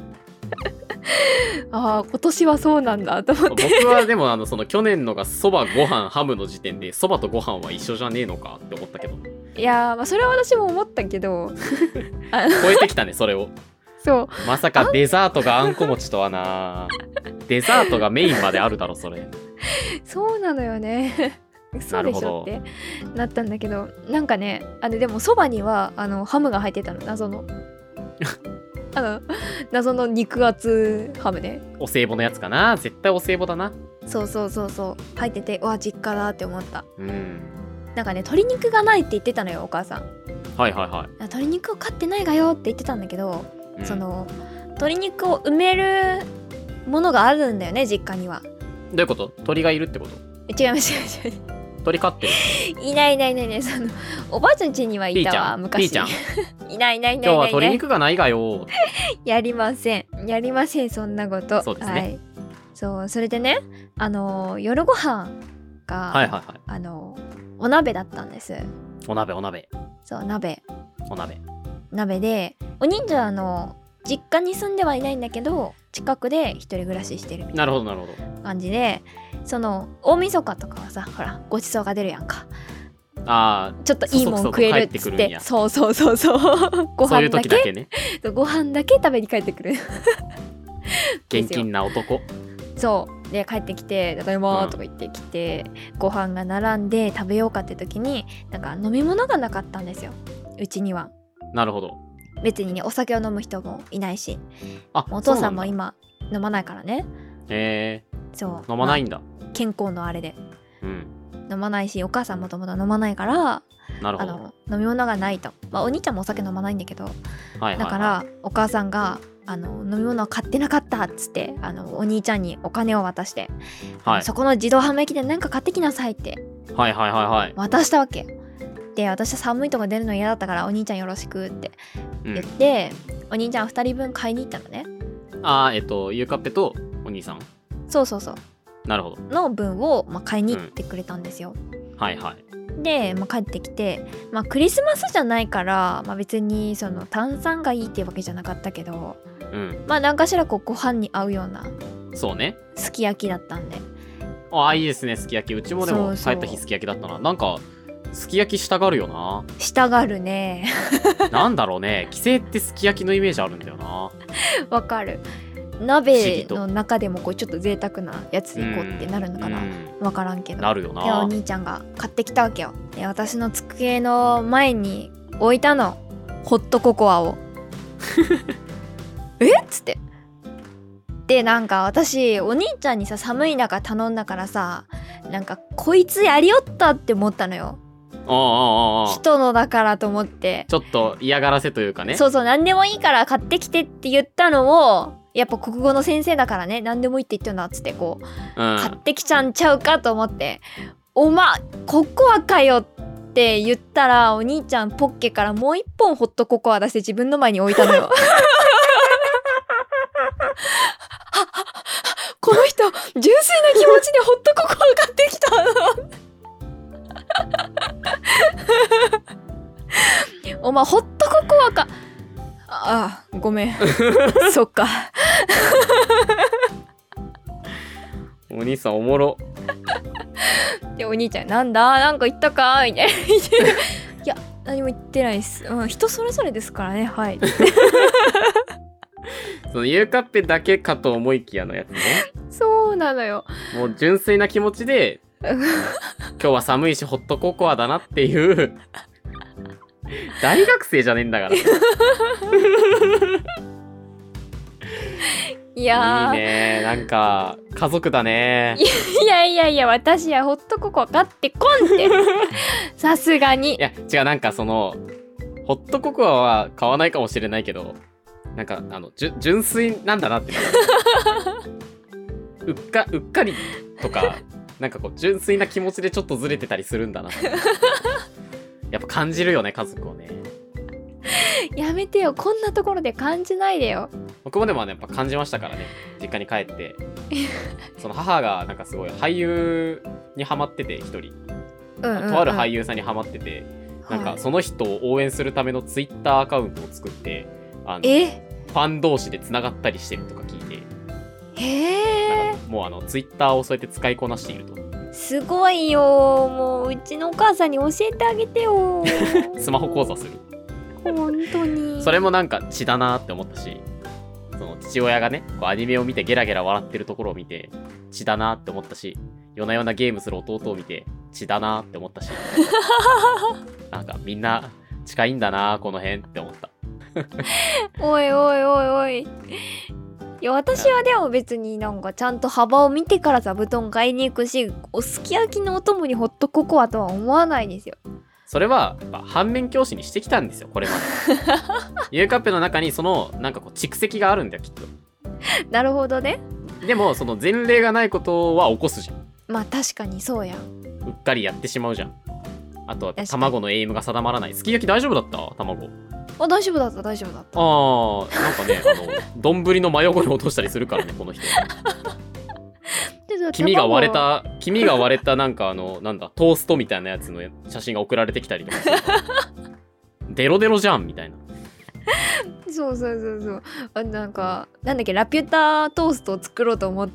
ああ今年はそうなんだと思って僕はでもあのその去年のがそばご飯ハムの時点でそばとご飯は一緒じゃねえのかって思ったけどいやー、まあ、それは私も思ったけど超えてきたねそれを。 そうまさかデザートがあんこ餅とはな。デザートがメインまであるだろそれ。 そうなのよね嘘でしょってなったんだけどなんかねあのでもそばにはあのハムが入ってたの謎のあの謎の肉厚ハムね。 お歳暮のやつかな絶対お歳暮だな。 そうそうそうそう入っててうわ実家だって思った。 うんなんかね鶏肉がないって言ってたのよお母さん。 はいはいはい。 鶏肉を買ってないがよって言ってたんだけど、うん、その鶏肉を埋めるものがあるんだよね実家には。 どういうこと？鳥がいるってこと？ 違います違います。 鳥飼ってる？ いないいないいないいないそのおばあちゃん家にはいたわ昔。 ピーちゃんいないいないいないいない。 今日は鶏肉がないがよ。 やりませんやりませんそんなこと。 そうですね。はい、 そうそれでねあの夜ご飯が、 はいはいはい、 あのお鍋だったんです。 お鍋お鍋。 そう鍋。 お鍋。 鍋でお兄ちゃんあの実家に住んではいないんだけど近くで一人暮らししてるみたいな。 なるほどなるほど。 感じでその大晦日とかはさほらごちそうが出るやんか。 あちょっといいもん食えるっつってそうそうそうそうご飯だけそういう時だけねご飯だけ食べに帰ってくる現金な男。 そうで帰ってきてただいまとか言ってきて、うん、ご飯が並んで食べようかって時になんか飲み物がなかったんですようちには。 なるほど。 別にねお酒を飲む人もいないしあお父さんも今飲まないからね。 へえそう飲まないんだ、 まあ、健康のあれで、 うん、 飲まないしお母さんもともと飲まないからなるほどあの飲み物がないと、まあ、お兄ちゃんもお酒飲まないんだけど、はいはいはい、だからお母さんがあの飲み物を買ってなかったっつってあのお兄ちゃんにお金を渡して、はい、そこの自動販売機で何か買ってきなさいってはいはいはいはい渡したわけで私は寒いとこ出るの嫌だったからお兄ちゃんよろしくって言って、うん、お兄ちゃんふたりぶん買いに行ったのね。 ああえっとゆうかっぺとお兄さんそうそうそうなるほどの分を、まあ、買いに行ってくれたんですよ、 うん、はいはいで、まあ、帰ってきて、まあ、クリスマスじゃないから、まあ、別にその炭酸がいいっていうわけじゃなかったけど、うん、まあ何かしらこうご飯に合うようなそうねすき焼きだったんで。 ああいいですねすき焼き。うちもでも帰った日すき焼きだったな。なんかすき焼きしたがるよな。 したがるねなんだろうね帰省ってすき焼きのイメージあるんだよな。 わかる。鍋の中でもこうちょっと贅沢なやつでいこうってなるのかなわからんけどなるよな。 でお兄ちゃんが買ってきたわけよ。で私の机の前に置いたのホットココアをえっつってでなんか私お兄ちゃんにさ寒い中頼んだからさなんかこいつやりよったって思ったのよ。 ああああ人のだからと思って、 ちょっと嫌がらせというかね。 そうそう、何でもいいから買ってきてって言ったのを、やっぱ国語の先生だからね、何でもいいって言ってるなっつってこう、うん、買ってきちゃんちゃうかと思って、おまココアかよって言ったら、お兄ちゃんポッケからもう一本ホットココア出して自分の前に置いたのよ。この人純粋な気持ちでホットココア買ってきた。お前ホットココアか。ああ、ごめん。そっか。 お兄さんおもろ。 でお兄ちゃんなんだなんか言ったかみたいな。いや何も言ってないです、うん、人それぞれですからね。はい。 そのゆうかっぺだけかと思いきやのやつね。 そうなのよ。 もう純粋な気持ちで今日は寒いしホットココアだなっていう大学生じゃねえんだから。 いやいいね、なんか家族だね。 いやいやいや、私はホットココア買ってこんって。さすがに。 いや違う、なんかそのホットココアは買わないかもしれないけど、なんかあのじゅ純粋なんだなってうっかうっかりとかなんかこう純粋な気持ちでちょっとずれてたりするんだな。やっぱ感じるよね、家族をね。 やめてよ、こんなところで感じないでよ。 僕もでもねやっぱ感じましたからね、実家に帰ってその母がなんかすごい俳優にハマってて、一人、うんうんうん、とある俳優さんにハマってて、なんかその人を応援するためのツイッターアカウントを作って、あのえファン同士でつながったりしてるとか聞いて、 へー、もうあのツイッターをそうやって使いこなしていると。 すごいよ、もううちのお母さんに教えてあげてよ。 スマホ講座する。 本当にそれもなんか血だなって思ったし、その父親がねこうアニメを見てゲラゲラ笑ってるところを見て血だなって思ったし、夜な夜なゲームする弟を見て血だなって思ったし、なんかみんな近いんだなこの辺って思った。 おいおいおいおい。いや私はでも別になんかちゃんと幅を見てから座布団買いに行くし、おすき焼きのお供にホットココアとは思わないですよ。 それはやっぱ反面教師にしてきたんですよ、これまで。ゆうかっぺの中にそのなんかこう蓄積があるんだよ、きっと。 なるほどね。 でもその前例がないことは起こすじゃん。 まあ確かにそうや。 うっかりやってしまうじゃん。あとは卵のエイムが定まらない。すき焼き大丈夫だった？卵。 あ、大丈夫だった大丈夫だった。 あー、なんかね、あの丼の真横に落としたりするからね、この人。黄身が割れた黄身が割れたなんかあのなんだトーストみたいなやつの写真が送られてきたりとかする。デロデロじゃんみたいな。 そうそうそうそう。あ、なんかなんだっけ、ラピュタトーストを作ろうと思って、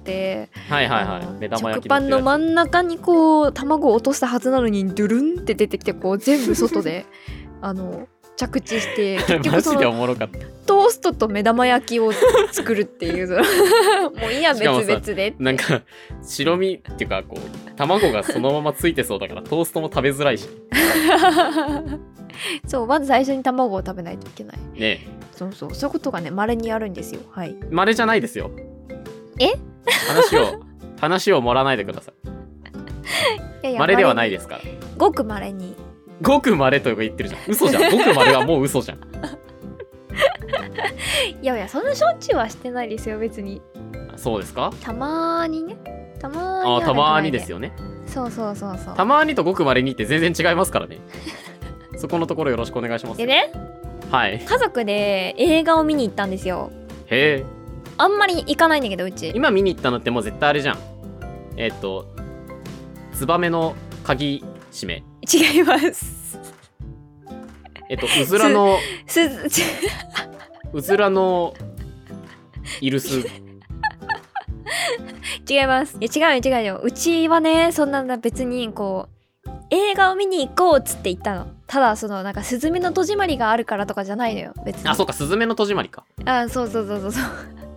はいはいはい、目玉焼き食パンの真ん中にこう卵を落としたはずなのにドゥルンって出てきて、こう全部外であの着地して、結局そのマジでおもろかった。 トーストと目玉焼きを作るっていう。もういいや別々でって。 なんか白身っていうかこう卵がそのままついてそうだからトーストも食べづらいし。 そう、まず最初に卵を食べないといけないね。 そうそう、そういうことがね稀にあるんですよ。はい。 稀じゃないですよ。 え？ 話を話を盛らないでください。いやいや稀ではないですから。 ごく稀に。 ごく稀とか言ってるじゃん。嘘じゃん。ごく稀はもう嘘じゃん。 いやいや、そんなしょっちゅうはしてないですよ別に。 そうですか？ たまーにね。たまーに。 あ、たまーにですよね。 そうそうそうそう。 たまーにとごく稀にって全然違いますからね。そこのところよろしくお願いします。 でね、 はい。 家族で映画を見に行ったんですよ。 へえ。 あんまり行かないんだけどうち。 今見に行ったのってもう絶対あれじゃん。えっとツバメの鍵閉め。 違います。 えっとうずらのすうずらのイルス。 違います。いや違うよ違うよ。うちはね、そんな別にこう映画を見に行こうっつって言ったの。ただそのなんかスズメの戸締まりがあるからとかじゃないのよ別に。 あ、そうか、スズメの戸締まりか。 あ、そうそうそうそうそう。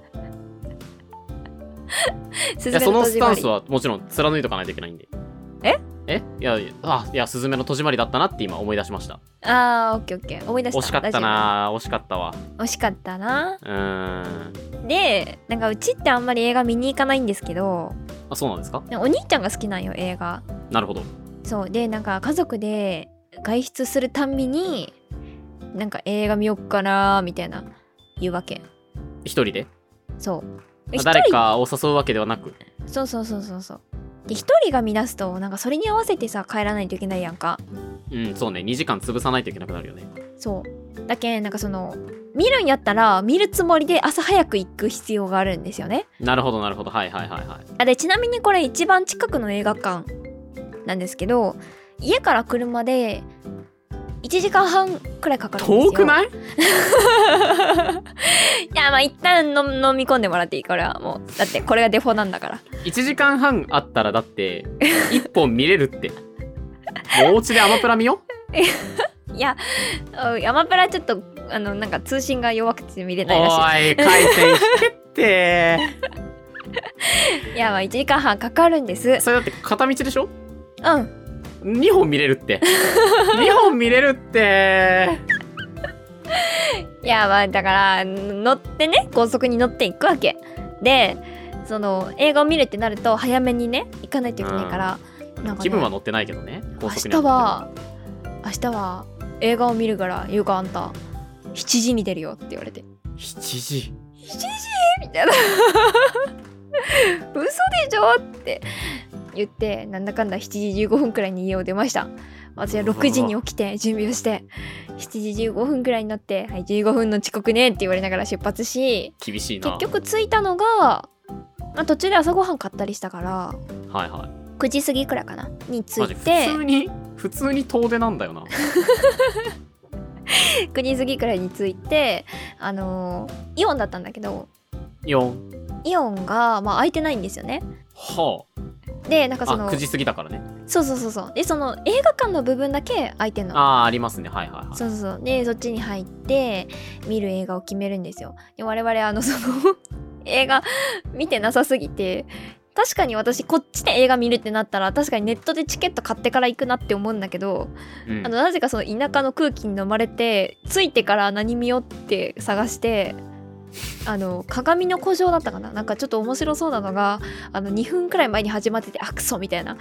いや、そのスタンスはもちろん貫いとかないといけないんで。 ええいや、あ、いや、スズメの戸締まりだったなって今思い出しました。 あー、オッケーオッケー、思い出した。 惜しかったな、惜しかったわ。 惜しかったな。 うーん。で、なんかうちってあんまり映画見に行かないんですけど。 あ、そうなんですか？ お兄ちゃんが好きなんよ映画。 なるほど。 そうで、なんか家族で外出するたんびになんか映画見よっかなみたいな言うわけ。 一人で？ そう誰かを誘うわけではなく。 そうそうそうそうそう。で一人が見出すとなんかそれに合わせてさ帰らないといけないやんか。 うんそうね、にじかん潰さないといけなくなるよね。 そうだけんなんかその見るんやったら見るつもりで朝早く行く必要があるんですよね。 なるほどなるほど、はいはいはいはい。 あでちなみにこれ一番近くの映画館なんですけど、家から車でいちじかんはんくらいかかるんですよ。 遠くない？いやまあ一旦の飲み込んでもらっていい。これはもうだってこれがデフォなんだから。 いちじかんはんあったらだっていっぽん見れるって。もうお家でアマプラ見よ。 いやアマプラちょっとあのなんか通信が弱くて見れないらしい。 おい回線引けっていやまあいちじかんはんかかるんです。 それだって片道でしょ？ うんにほん見れるってにほん見れるっていやまあだから乗ってね高速に乗っていくわけで、その映画を見るってなると早めにね行かないといけないから、 うん、 なんかね、 気分は乗ってないけどね。高速に明日は明日は映画を見るからゆうかあんたしちじに出るよって言われて、 しちじしちじみたいな嘘でしょって言ってなんだかんだしちじじゅうごふんくらいに家を出ました。私はろくじに起きて準備をしてしちじじゅうごふんくらいになってはいじゅうごふんの遅刻ねって言われながら出発し、 厳しいな。 結局着いたのが、まあ、途中で朝ごはん買ったりしたからはいはいくじ過ぎくらいかなに着いて、 普通に普通に遠出なんだよなくじ過ぎくらいに着いてあのー、イオンだったんだけどよんイオンが、まあ、開いてないんですよね。 はあでなんかそのあくじ過ぎだからね。 そうそうそうそうでその映画館の部分だけ開いてんの。 ああありますね、はいはいはい。 そうそうそうでそっちに入って見る映画を決めるんですよ。で我々あのその映画見てなさすぎて、確かに私こっちで映画見るってなったら確かにネットでチケット買ってから行くなって思うんだけど、うん、あのなぜかその田舎の空気に飲まれて着いてから何見ようって探してあの鏡の古城だったかな、なんかちょっと面白そうなのがあのにふんくらい前に始まってて、あクソみたいな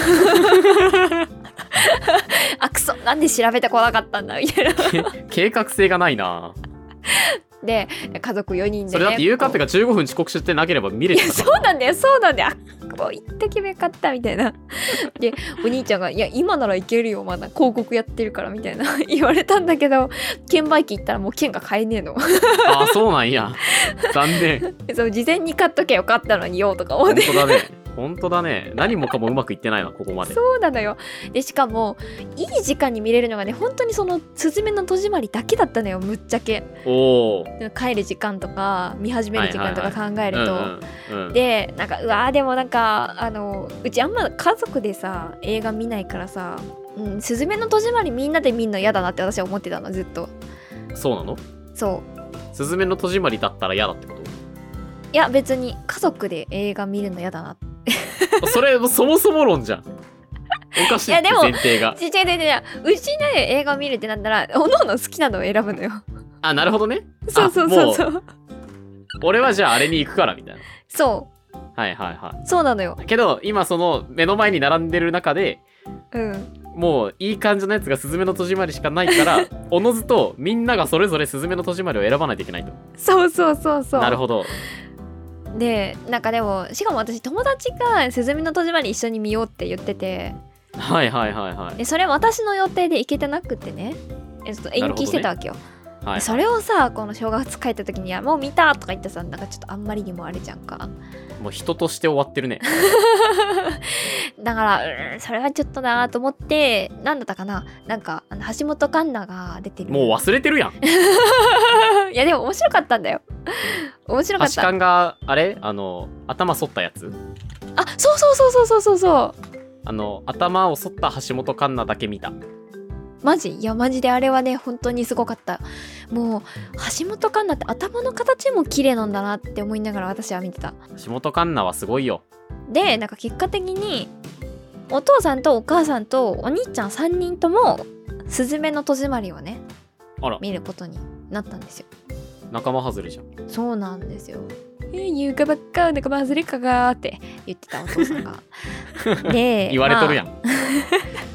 あクソなんで調べてこなかったんだみたいな計画性がないな。 で家族よにんで、ね、 それだってゆうかっぺがじゅうごふん遅刻してなければ見れてたから。 そうなんだよそうなんだよ、もう行って決めかったみたいなでお兄ちゃんがいや今ならいけるよまだ広告やってるからみたいな言われたんだけど、券売機行ったらもう券が買えねえのああそうなんや、残念そう事前に買っとけよかったのによとか思って。 本当だね本当だね、何もかもうまくいってないなここまで。 そうなのよ。でしかもいい時間に見れるのがね本当にそのすずめの戸締まりだけだったのよ、むっちゃけ。 お帰る時間とか見始める時間とか考えるとでなんかうわーでもなんかあのうちあんま家族でさ映画見ないからさ、うん、すずめの戸締まりみんなで見んの嫌だなって私は思ってたのずっと。 そうなの？ そうすずめの戸締まりだったら嫌だってこと？ いや別に家族で映画見るの嫌だなってそれそもそも論じゃん。おかしいって前提が。 違う違う違う、うちで映画見るってなったらおのおの好きなのを選ぶのよ。 あなるほどね。 そうそうそうそう。 俺はじゃああれに行くからみたいな。 そうはいはいはい。 そうなのよ。 けど今その目の前に並んでる中で、 うん、 もういい感じのやつがすずめの戸締まりしかないからおのずとみんながそれぞれすずめの戸締まりを選ばないといけないと。 そうそうそうそう。 なるほど。 でなんかでもしかも私友達がすずめの戸締まり一緒に見ようって言ってて、 はいはいはいはい。 でそれ私の予定で行けてなくてね、えちょっと延期してたわけよ。はいはい、それをさこの正月帰った時にはもう見たとか言ってさ、なんかちょっとあんまりにもあれじゃんか。 もう人として終わってるねだから、うん、それはちょっとなと思って、なんだったかな、なんかあの橋本環奈が出てる。 もう忘れてるやんいやでも面白かったんだよ面白かった。 橋環があれあの頭剃ったやつ。 あそうそうそうそうそうそうそう、 あの頭を剃った橋本環奈だけ見た。 マジ？いやマジであれはね本当にすごかった。もう橋本環奈って頭の形も綺麗なんだなって思いながら私は見てた。 橋本環奈はすごいよ。 でなんか結果的にお父さんとお母さんとお兄ちゃんさんにんともすずめの戸締まりをねあら見ることになったんですよ。 仲間外れじゃん。 そうなんですよ。えー、言うかばっか仲間外れかがーって言ってたお父さんがで言われとるやん、まあ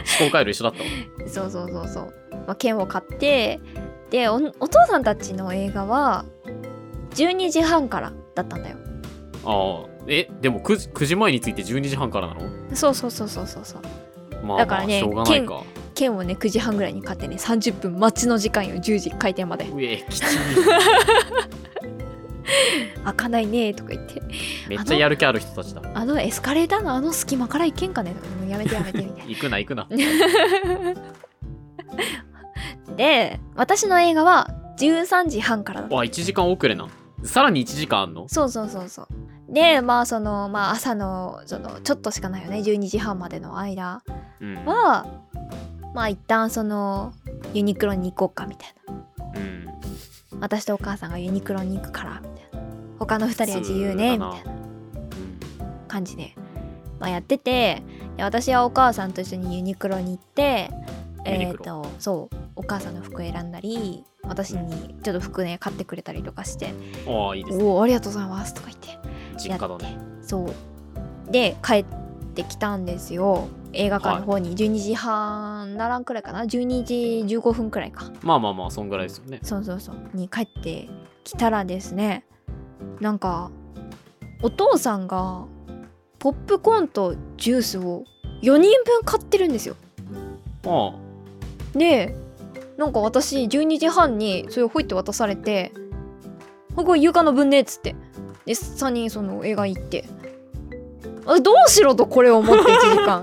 思考回路一緒だったわ。 そうそうそうそう、まあ、券を買ってで お, お父さんたちの映画はじゅうにじはんからだったんだよ。 ああ、えでも 9, 9時前についてじゅうにじはんからなの？ そうそうそうそうそうそう。 まあ、 だからね、 まあ、しょうがないか。 券をねくじはんぐらいに買ってねさんじゅっぷん待ちの時間よ、じゅうじ開店まで。 うえきちい開かないねとか言ってめっちゃやる気ある人たちだ。 あのエスカレーターのあの隙間から行けんかねとか、もうやめてやめてみたいな行くな行くなで私の映画はじゅうさんじはんからだった。 わいちじかん遅れな。さらにいちじかんあんの？ そうそうそうそう。でまあそのまあ朝のそのちょっとしかないよね、じゅうにじはんまでの間は、うん、まあ一旦そのユニクロに行こうかみたいな、うん、私とお母さんがユニクロに行くからみたいな、他のふたりは自由ねみたいな感じで、まあ、やってて、私はお母さんと一緒にユニクロに行って、えーとそうお母さんの服選んだり、私にちょっと服ね買ってくれたりとかして、 おーいいですね、 おーありがとうございますとか言って実家だね。 そうで帰ってきたんですよ、映画館の方に。じゅうにじはんならんくらいかな、じゅうにじじゅうごふんくらいか、 まあまあまあそんぐらいですよね。 そうそうそうに帰ってきたらですね、なんかお父さんがポップコーンとジュースをよにんぶん買ってるんですよ。 ああでなんか私じゅうにじはんにそれをほいって渡されて、これ床の分ねっつって、でさんにんその映画行って、あどうしろとこれを持っていちじかん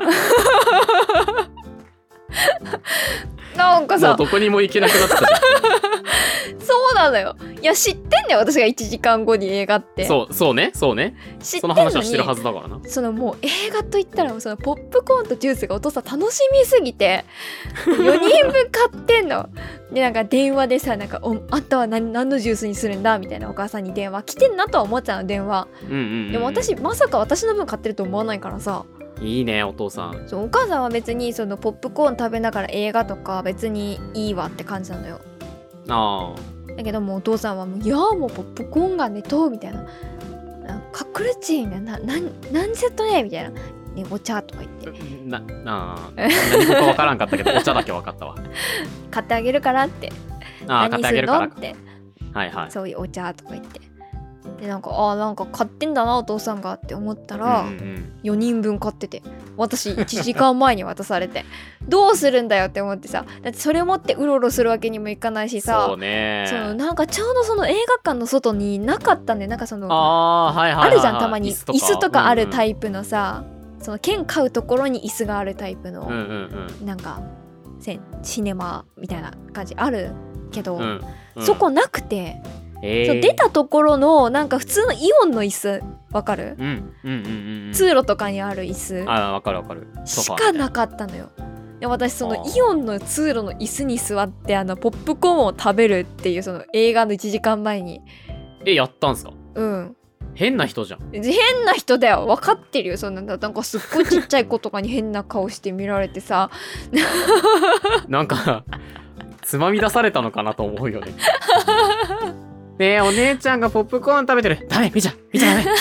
なんかさもうどこにも行けなくなったじゃんそうなのよ。いや知ってんだよ私がいちじかんごに映画って。 そうそうねそうね知ってんのにその話はしてるはずだからな。 そのもう映画といったらそのポップコーンとジュースがお父さん楽しみすぎてよにんぶん買ってんので、なんか電話でさ、なんかおあんたは 何, 何のジュースにするんだみたいな、お母さんに電話来てんなとは思ってたの電話、 うんうんうんうん、 でも私まさか私の分買ってると思わないからさ。 いいねお父さん。 そうお母さんは別にそのポップコーン食べながら映画とか別にいいわって感じなのよ。 あだけどもうお父さんはもういやもうポップコーンがねとみたいな、カクルチーみたいな、な何セットねみたいな、ね、お茶とか言ってなな何語か分からんかったけどお茶だけ分かったわ買ってあげるからって、 あ何するのって、 はいはい、 そういうお茶とか言って、でなんかあなんか買ってんだなお父さんがって思ったら、うんうん、よにんぶん買ってて、私いちじかんまえに渡されてどうするんだよって思ってさ、だってそれ持ってうろうろするわけにもいかないしさ、 そうね、 そうなんかちょうどその映画館の外になかったんで、なんかそのあ,、はいはいはいはい、 あるじゃんたまに椅子 と, 椅子とかあるタイイプのさ、うんうん、その券買うところに椅子があるタイプの、 うんうんうん、なんかシネマみたいな感じあるけど、 うんうん、 そこなくて、 えー、 そう出たところのなんか普通のイオンの椅子わかる、 うんうんうんうん、 通路とかにある椅子あわかるわかるしかなかったのよ。で私そのイオンの通路の椅子に座ってあのポップコーンを食べるっていうその映画のいちじかんまえにえやったんすか。 うん変な人じゃん。 変な人だよ分かってるよ。そんななんかすっごいちっちゃい子とかに変な顔して見られてさなんかつまみ出されたのかなと思うよねねえお姉ちゃんがポップコーン食べてる。ダメ見ちゃ見ちゃダメ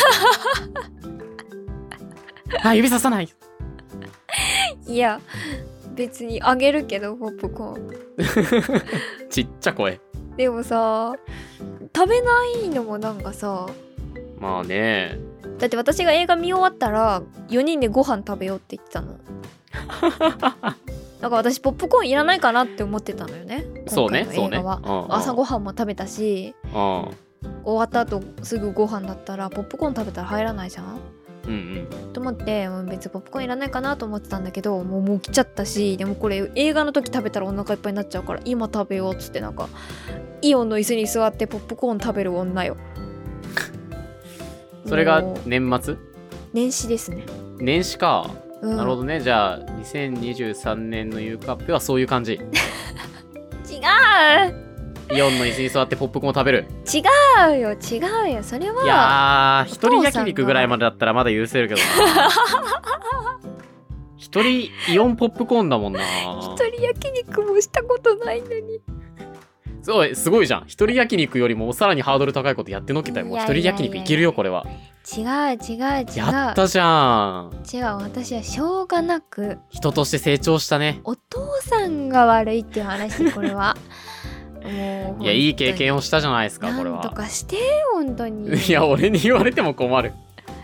あ指ささない。 いや別にあげるけどポップコーンちっちゃ声でもさ食べないのもなんかさ、 まあね、 だって私が映画見終わったらよにんでご飯食べようって言ってたのなんか私ポップコーンいらないかなって思ってたのよね。 そうね今回の映画は、 そうね、うん、 朝ごはんも食べたし、 うん、 終わった後すぐご飯だったらポップコーン食べたら入らないじゃん、 うんうん、 と思って別にポップコーンいらないかなと思ってたんだけど、もうもう来ちゃったし、でもこれ映画の時食べたらお腹いっぱいになっちゃうから今食べようっつって、なんかイオンの椅子に座ってポップコーン食べる女よそれが年末年始ですね。 年始か、うん、なるほどね。じゃあにせんにじゅうさんねんのユーカップはそういう感じ違うイオンの椅子に座ってポップコーン食べる。 違うよ違うよそれは。 いやー一人焼肉ぐらいまでだったらまだ許せるけどな一人イオンポップコーンだもんな。 一人焼肉もしたことないのにそうすごいじゃん。一人焼肉よりもさらにハードル高いことやってのけたよ。もう一人焼肉いけるよこれは。 違う違う違うやったじゃん。 違う、私はしょうがなく人として成長したね。 お父さんが悪いっていう話これはもういやいい経験をしたじゃないですかこれは。 なんとかして本当に。 いや俺に言われても困る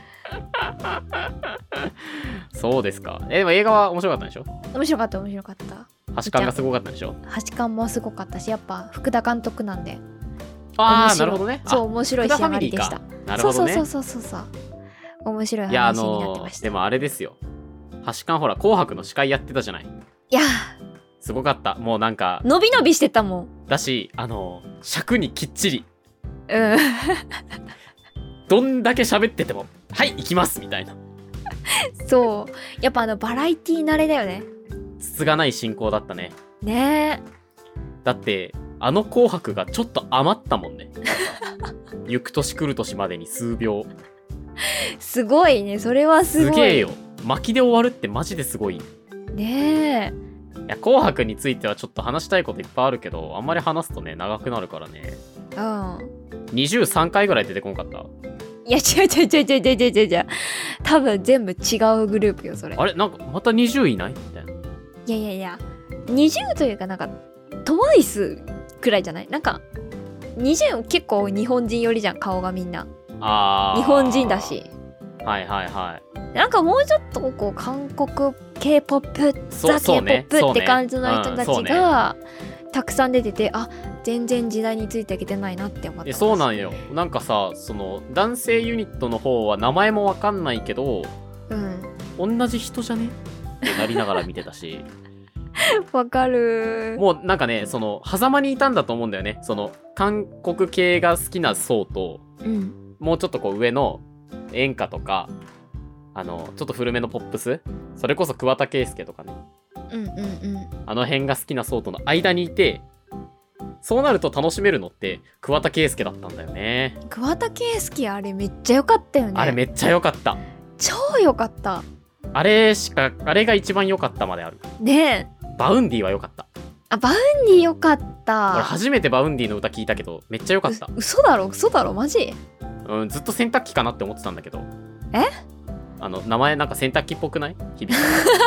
そうですか。えでも映画は面白かったんでしょ。 面白かった面白かった。 橋感がすごかったんでしょ。 橋感もすごかったし、やっぱ福田監督なんで。 ああなるほどね。 そう面白い仕上がりでした。 なるほどね。 そうそうそうそうそう面白い話になってました。 でもあれですよ、橋感ほら紅白の司会やってたじゃない。 いやすごかった。もうなんか伸び伸びしてたもん。 だしあの尺にきっちりうんどんだけ喋っててもはい行きますみたいなそうやっぱあのバラエティー慣れだよね。 つつがない進行だったね。 ねえだってあの紅白がちょっと余ったもんね行く年来る年までに数秒。 すごいね、それはすごい。 すげえよ、巻きで終わるってマジですごいねえ。 いや紅白についてはちょっと話したいこといっぱいあるけど、あんまり話すとね長くなるからね。 うんにじゅうさんかいぐらい出てこんかった。 いや違う違う違う違う違う違う違う多分全部違うグループよそれ。 あれなんかまたにじゅういないみたいな。 いやいやいやにじゅうというかなんかトワイスくらいじゃない。なんかにじゅう結構日本人寄りじゃん顔がみんな。 あー日本人だし。 はいはいはい。 なんかもうちょっとこう韓国 K-ポップ ザ K-ポップって感じの人たちがたくさん出てて、あ全然時代についていけてないなって思ってます。 そうなんよ。なんかさその男性ユニットの方は名前もわかんないけど、うん、同じ人じゃねってなりながら見てたしわかる。 もうなんかねその狭間にいたんだと思うんだよね。その韓国系が好きな層と、うん、もうちょっとこう上の演歌とかあのちょっと古めのポップス、それこそ桑田佳祐とかね、うんうんうん、あの辺が好きな層との間にいて、そうなると楽しめるのって桑田佳祐だったんだよね。 桑田佳祐あれめっちゃ良かったよね。 あれめっちゃ良かった。 超良かった。 あれしかあれが一番良かったまであるねえ。 バウンディは良かった。 あバウンディ良かった。 俺初めてバウンディの歌聞いたけどめっちゃ良かった。 う嘘だろ嘘だろマジ。 うん、ずっと洗濯機かなって思ってたんだけど。 えあの名前なんか洗濯機っぽくない？響き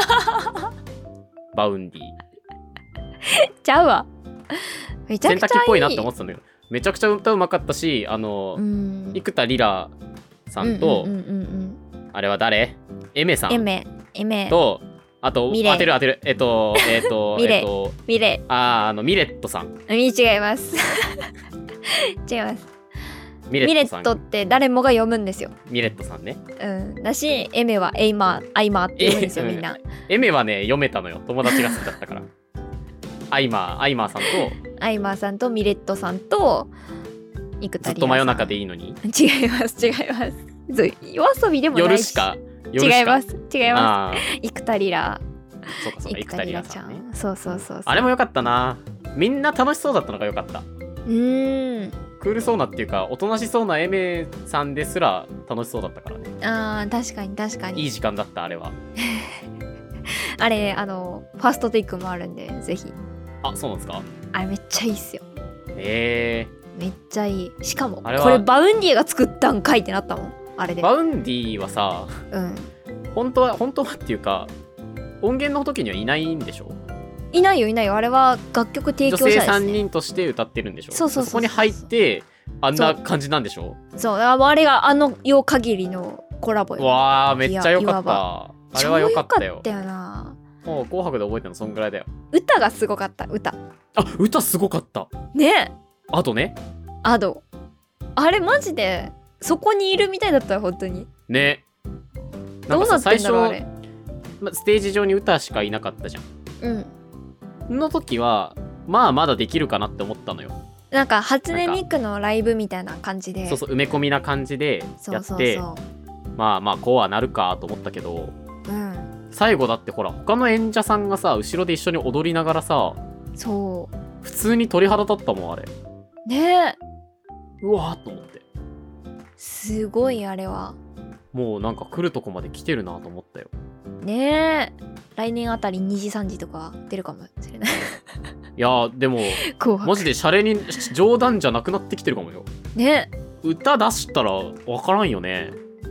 バウンディちゃうわ。めちゃくちゃいい。 洗濯機っぽいなって思ってたんだけど、めちゃくちゃ歌うまかったし、あの生田リラさんと、うんうんうんうん、あれは誰？エメさん。 エメエメとあと当てる当てるえっとえっとミレ、 えっと、 ミレああのミレットさん。 違います違います。ミレットって誰もが読むんですよ。 ミレットさんね。 うんだしエメはエイマーアイマーって読むんですよみんな。 エメはね読めたのよ、友達が好きだったからアイマーアイマーさんとアイマーさんとミレットさんと生田リラさん。 ずっと真夜中でいいのに。 違います違いますそう夜遊びでもないし。 夜しか違います違います。生田リラ。 そうかそうか生田リラさんね。 そうそうそうそう。 あれも良かったな。みんな楽しそうだったのが良かった。うーんクールそうなっていうかおとなしそうなエメさんですら楽しそうだったからね。 あー確かに確かにいい時間だったあれはあれあのファーストテイクもあるんでぜひ。 あそうなんですか。 あれめっちゃいいっすよ。 へえー、めっちゃいい。しかもあれはこれバウンディが作ったんかいってなったもんあれで。 バウンディはさ、 うん、 本当は本当はっていうか音源の時にはいないんでしょ。 いないよいないよ。あれは楽曲提供者です、ね、 女性さんにんとして歌ってるんでしょ。 そうそうそうそう。 そこに入ってあんな感じなんでしょ。 そうあれがあの世限りのコラボよ。 わーめっちゃ良かった。あれは良かったよ。 超良かったよな。 もう紅白で覚えたのそんぐらいだよ。 歌がすごかった歌。 あ歌すごかったね。 あとねアドあれマジでそこにいるみたいだったよ本当にね。 どうなってんだろうあれ。 ステージ上に歌しかいなかったじゃん。うんの時はまあまだできるかなって思ったのよ。 なんか初音ミクのライブみたいな感じでそうそう埋め込みな感じでやってそうそうそうまあまあこうはなるかと思ったけど、うん、最後だってほら他の演者さんがさ後ろで一緒に踊りながらさそう普通に鳥肌立ったもんあれね。 うわーと思ってすごいあれはもうなんか来るとこまで来てるなと思ったよね。え来年あたりにじさんじとか出るかもしれないいやでもマジでシャレに冗談じゃなくなってきてるかもよね。歌出したら分からんよね。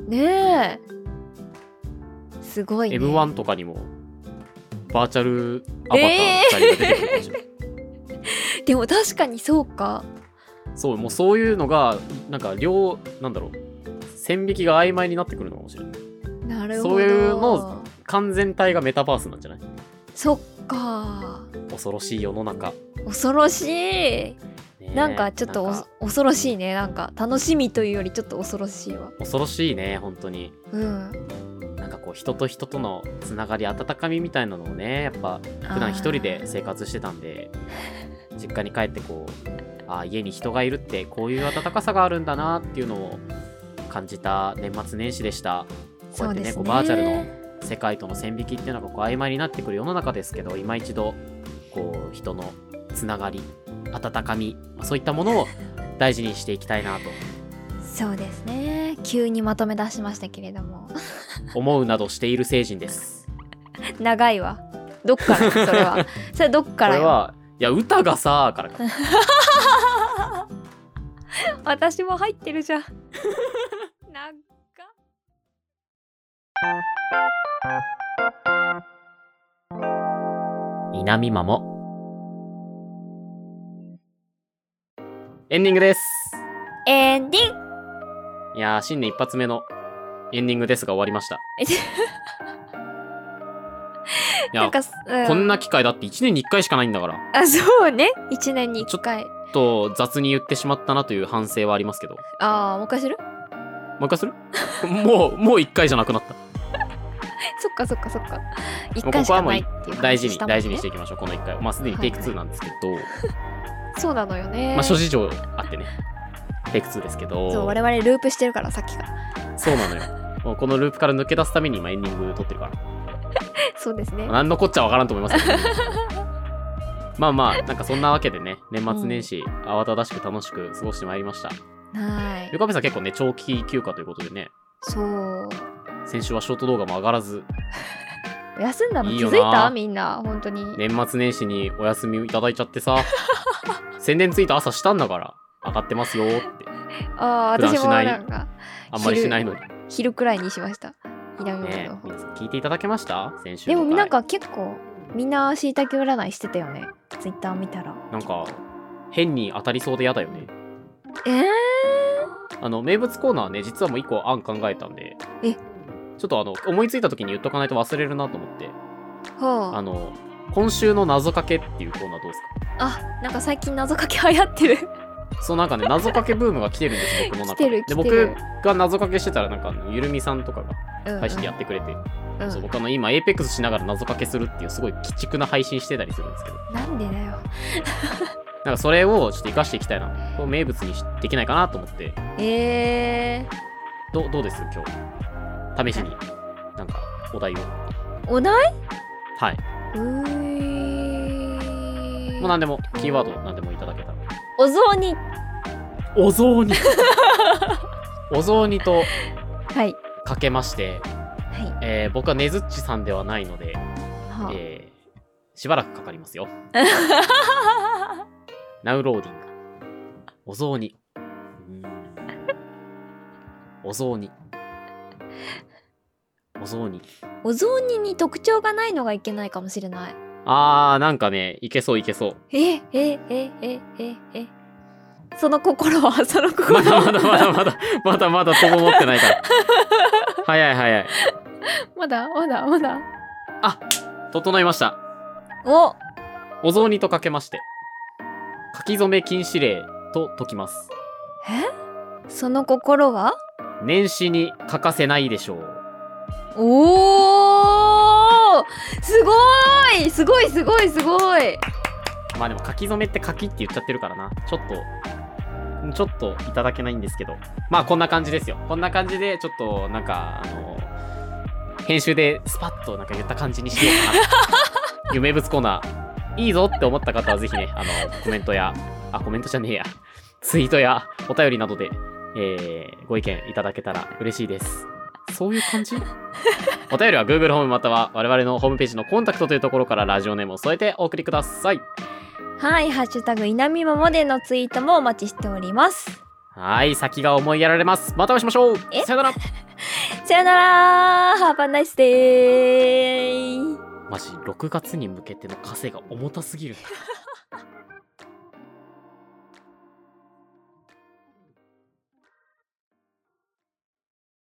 ねえすごいね。 エムワン とかにもバーチャルアバターふたりが出てくるかもしれない、 えー、でも確かにそうか。 そうもうそういうのがなんか両なんだろう線引きが曖昧になってくるのかもしれない。 なるほど。 そういうの完全体がメタバースなんじゃない？ そっか。 恐ろしい世の中。 恐ろしい、ね、なんかちょっとなんか恐ろしいね。なんか楽しみというよりちょっと恐ろしいわ。 恐ろしいね本当に。 うんなんかこう人と人とのつながり温かみみたいなのをねやっぱ普段一人で生活してたんで実家に帰ってこうあ家に人がいるってこういう温かさがあるんだなっていうのを感じた年末年始でした。こうやって ね, ねこうバーチャルの世界との線引きっていうのがこう曖昧になってくる世の中ですけど今一度こう人のつながり温かみそういったものを大事にしていきたいなとそうですね。急にまとめ出しましたけれども思うなどしている成人です。 長いわ。どっからそれはそれどっからよ。 これはいや歌がさからか私も入ってるじゃん長稲見まもエンディングです。 エンディング。 いやー新年一発目のエンディングですが終わりましたいやなんか、うん、 こんな機会だっていちねんにいっかいしかないんだから。 あそうねいちねんにいっかい。 ちょっと雑に言ってしまったなという反省はありますけど。 ああもう一回するもう一回するもうもういっかいじゃなくなったそっかそっかそっかいっかいしかないっていう、 大事に大事にしていきましょうこのいっかい。まあすでにテイクツーなんですけど、はいはい、 そうなのよね。 まあ諸事情あってねテイクツーですけど。 そう我々ループしてるからさっきから。 そうなのよもうこのループから抜け出すために今エンディング撮ってるからそうですね。 何のこっちゃわからんと思いますけどまあまあなんかそんなわけでね年末年始、うん、慌ただしく楽しく過ごしてまいりました。 はい。 ゆかべさん結構ね長期休暇ということでね。 そう先週はショート動画も上がらず休んだの気づいた？みんな本当に年末年始にお休みいただいちゃってさ宣伝ついた朝したんだから上がってますよって。 ああ私もなんかあんまりしないのに昼くらいにしました。稲見ね、皆さん聞いていただけました先週でもなんか結構みんなしいたけ占いしてたよねツイッター見たら。 なんか変に当たりそうでやだよね。 えー、 あの名物コーナーね実はもう一個案考えたんでえちょっとあの思いついた時に言っとかないと忘れるなと思って、 はあ、 あの今週の謎かけっていうコーナーどうですか？ あなんか最近謎かけ流行ってるそうなんかね謎かけブームが来てるんです僕の中で。で僕が謎かけしてたらなんかゆるみさんとかが配信でやってくれて、うんうん、そう僕あの今エーペックスしながら謎かけするっていうすごい鬼畜な配信してたりするんですけどなんでだよなんかそれをちょっと生かしていきたいなこう名物にできないかなと思って。 えー、 ど, どうです今日試しになんかお題を。 お題？ はい。 うーもう何でもキーワード何でもいただけたら。 お雑煮。 お雑煮お雑煮とかけまして、 はいえー、僕はねずっちさんではないので、はあえー、しばらくかかりますよナウローディングお雑煮お雑煮お雑煮お雑煮に特徴がないのがいけないかもしれない。 あーなんかねいけそういけそう。 えええええええその心はその心はまだまだまだまだまだまだとも持ってないから早い早いまだまだまだあ整いました。 おお雑煮とかけまして書き初め禁止令と解きます。 えその心は年始に欠かせないでしょう。 おーすごいすごいすごいすごい。 まあでも書き初めって書きって言っちゃってるからなちょっとちょっといただけないんですけどまあこんな感じですよ。こんな感じでちょっとなんかあの編集でスパッとなんか言った感じにしようかなという名物コーナーいいぞって思った方はぜひねあのコメントやあコメントじゃねえやツイートやお便りなどで、えー、ご意見いただけたら嬉しいです。そういう感じお便りは Google ホームまたは我々のホームページのコンタクトというところからラジオネームを添えてお送りください。 はいハッシュタグいなみまもでのツイートもお待ちしております。 はい先が思いやられます。またお会いしましょう。さよならさよなら Have a nice day マジろくがつに向けての稼が重たすぎる